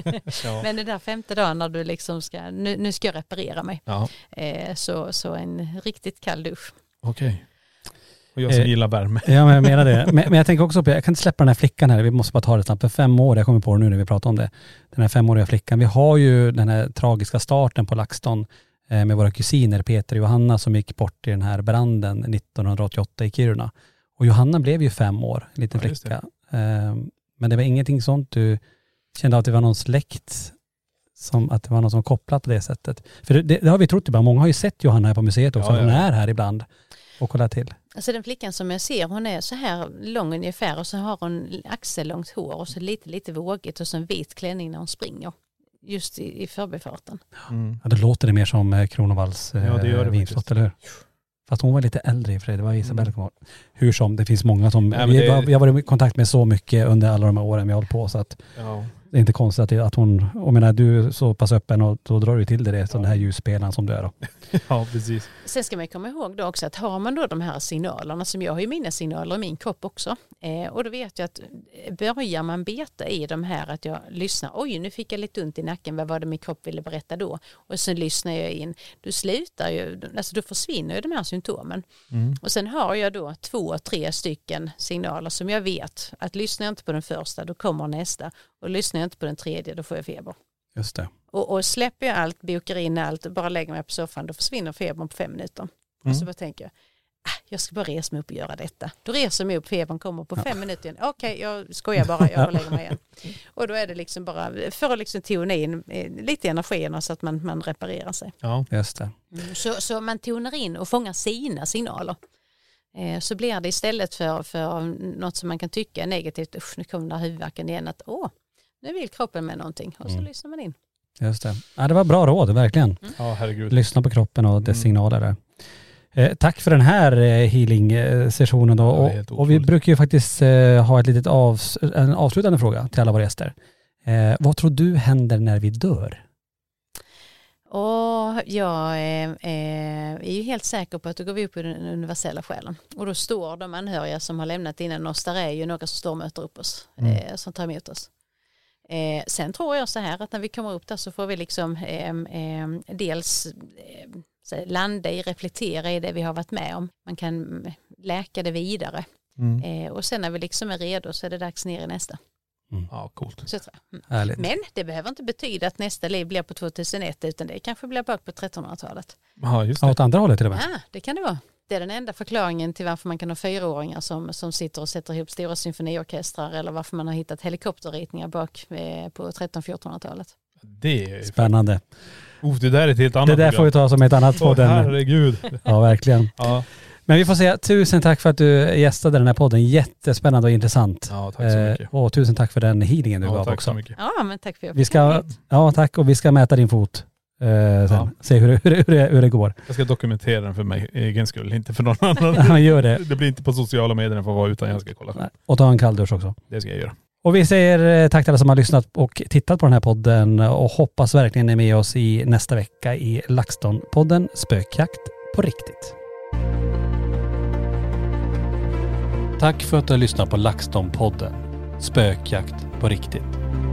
ja. Men den där femte dagen när du liksom ska, nu, nu ska jag reparera mig. Ja. Eh, så, så en riktigt kall dusch. Okej. Okay. Och jag som eh, gillar värme. Ja, men jag menar det. Men, men jag tänker också på, jag kan inte släppa den här flickan här, vi måste bara ta det snabbt. För fem år, jag kommer på det nu när vi pratar om det. Den här femåriga flickan. Vi har ju den här tragiska starten på LaxTon eh, med våra kusiner Peter och Johanna som gick bort i den här branden nittonhundraåttioåtta i Kiruna. Och Johanna blev ju fem år, en liten ja, flicka. Eh, men det var ingenting sånt du kände att det var någon släkt, som att det var någon som kopplat på det sättet. För det, det har vi trott ibland. Många har ju sett Johanna här på museet också. Ja, ja. Hon är här ibland och kollar till. Alltså den flickan som jag ser, hon är så här lång ungefär, och så har hon axellångt hår och så lite lite vågigt och så en vit klänning när hon springer. Just i, i förbifarten. Mm. Ja, då låter det mer som eh, Kronovalls eh, ja, det gör det vinslott, eller hur? Fast hon var lite äldre i och för sig, det var Isabella. Mm. Hur som, det finns många som, ja, vi, det... jag har varit i kontakt med så mycket under alla de här åren vi har hållit på, så att ja. det är inte konstigt att, att hon, och menar du är så pass öppen och då drar du till det, det som ja. Den här ljusspelaren som du är då. Ja, precis. Sen ska man komma ihåg då också att har man då de här signalerna, som jag har ju mina signaler i min kropp också, eh, och då vet jag att börjar man beta i de här, att jag lyssnar, oj nu fick jag lite ont i nacken, vad var det min kropp ville berätta då? Och sen lyssnar jag in, då slutar ju, alltså då försvinner ju de här symptomen. Mm. Och sen har jag då två, tre stycken signaler som jag vet att lyssnar jag inte på den första, då kommer nästa, och lyssnar jag inte på den tredje, då får jag feber. Just det. Och, och släpper jag allt, bokar in allt och bara lägger mig på soffan, då försvinner febern på fem minuter. Mm. Och så bara tänker jag, ah, jag ska bara resa mig upp och göra detta. Då reser jag mig upp, febern kommer på ja. fem minuter igen. Okej, okay, jag skojar bara, jag lägger mig igen. Och då är det liksom bara, för att liksom tona in lite energierna så att man, man reparerar sig. Ja, just det. Mm, så, så man tonar in och fångar sina signaler. Eh, så blir det istället för, för något som man kan tycka är negativt, usch nu kommer den här huvudvärken igen, att åh, nu vill kroppen med någonting. Och så mm. lyssnar man in. Just det. Ja, det var bra råd, verkligen. Mm. Ja, herregud. Lyssna på kroppen och dess mm. signaler där. Eh, tack för den här eh, healing-sessionen då. Ja, och, och vi brukar ju faktiskt eh, ha ett litet avs- en avslutande fråga till alla våra gäster. Eh, vad tror du händer när vi dör? Och Ja, jag eh, är ju helt säker på att då går vi upp i den universella själen. Och då står de anhöriga som har lämnat innan oss, där är ju några som står och möter upp oss, mm. eh, som tar emot oss. Eh, sen tror jag så här att när vi kommer upp där så får vi liksom eh, eh, dels eh, landa i, reflektera i det vi har varit med om. Man kan läka det vidare. Mm. Eh, och sen när vi liksom är redo så är det dags ner i nästa. Mm. Ja, coolt. Så tror jag. Mm. Men det behöver inte betyda att nästa liv blir på tvåtusenett, utan det kanske blir bak på trettonhundratalet. Ja, just det. Ja, åt andra hållet till och med. Ja, det kan det vara. Det är den enda förklaringen till varför man kan ha fyraåringar som, som sitter och sätter ihop stora symfoniorkestrar, eller varför man har hittat helikopterritningar bak eh, på tretton-fjortonhundratalet. Det är spännande. Oh, det där är ett helt annat Det där program. Får vi ta som ett annat Åh, podden. herregud. Ja, verkligen. Ja. Men vi får säga tusen tack för att du gästade den här podden. Jättespännande och intressant. Ja, tack så mycket. Eh, och tusen tack för den healingen du ja, gav tack också. Så mycket. Ja, men tack för att vi ska, ja, tack. Och vi ska mäta din fot. Eh, sen. Ja. Se hur, hur, hur, det, hur det går. Jag ska dokumentera den för mig egen skull, inte för någon annan. Ja, gör det. Det blir inte på sociala medier den får vara, utan jag ska kolla. Nej. Och ta en kalldusch också. Det ska jag göra. Och vi säger tack till alla som har lyssnat och tittat på den här podden, och hoppas verkligen ni är med oss i nästa vecka i LaxTon-podden Spökjakt på riktigt. Tack för att du har lyssnat på LaxTon-podden Spökjakt på riktigt.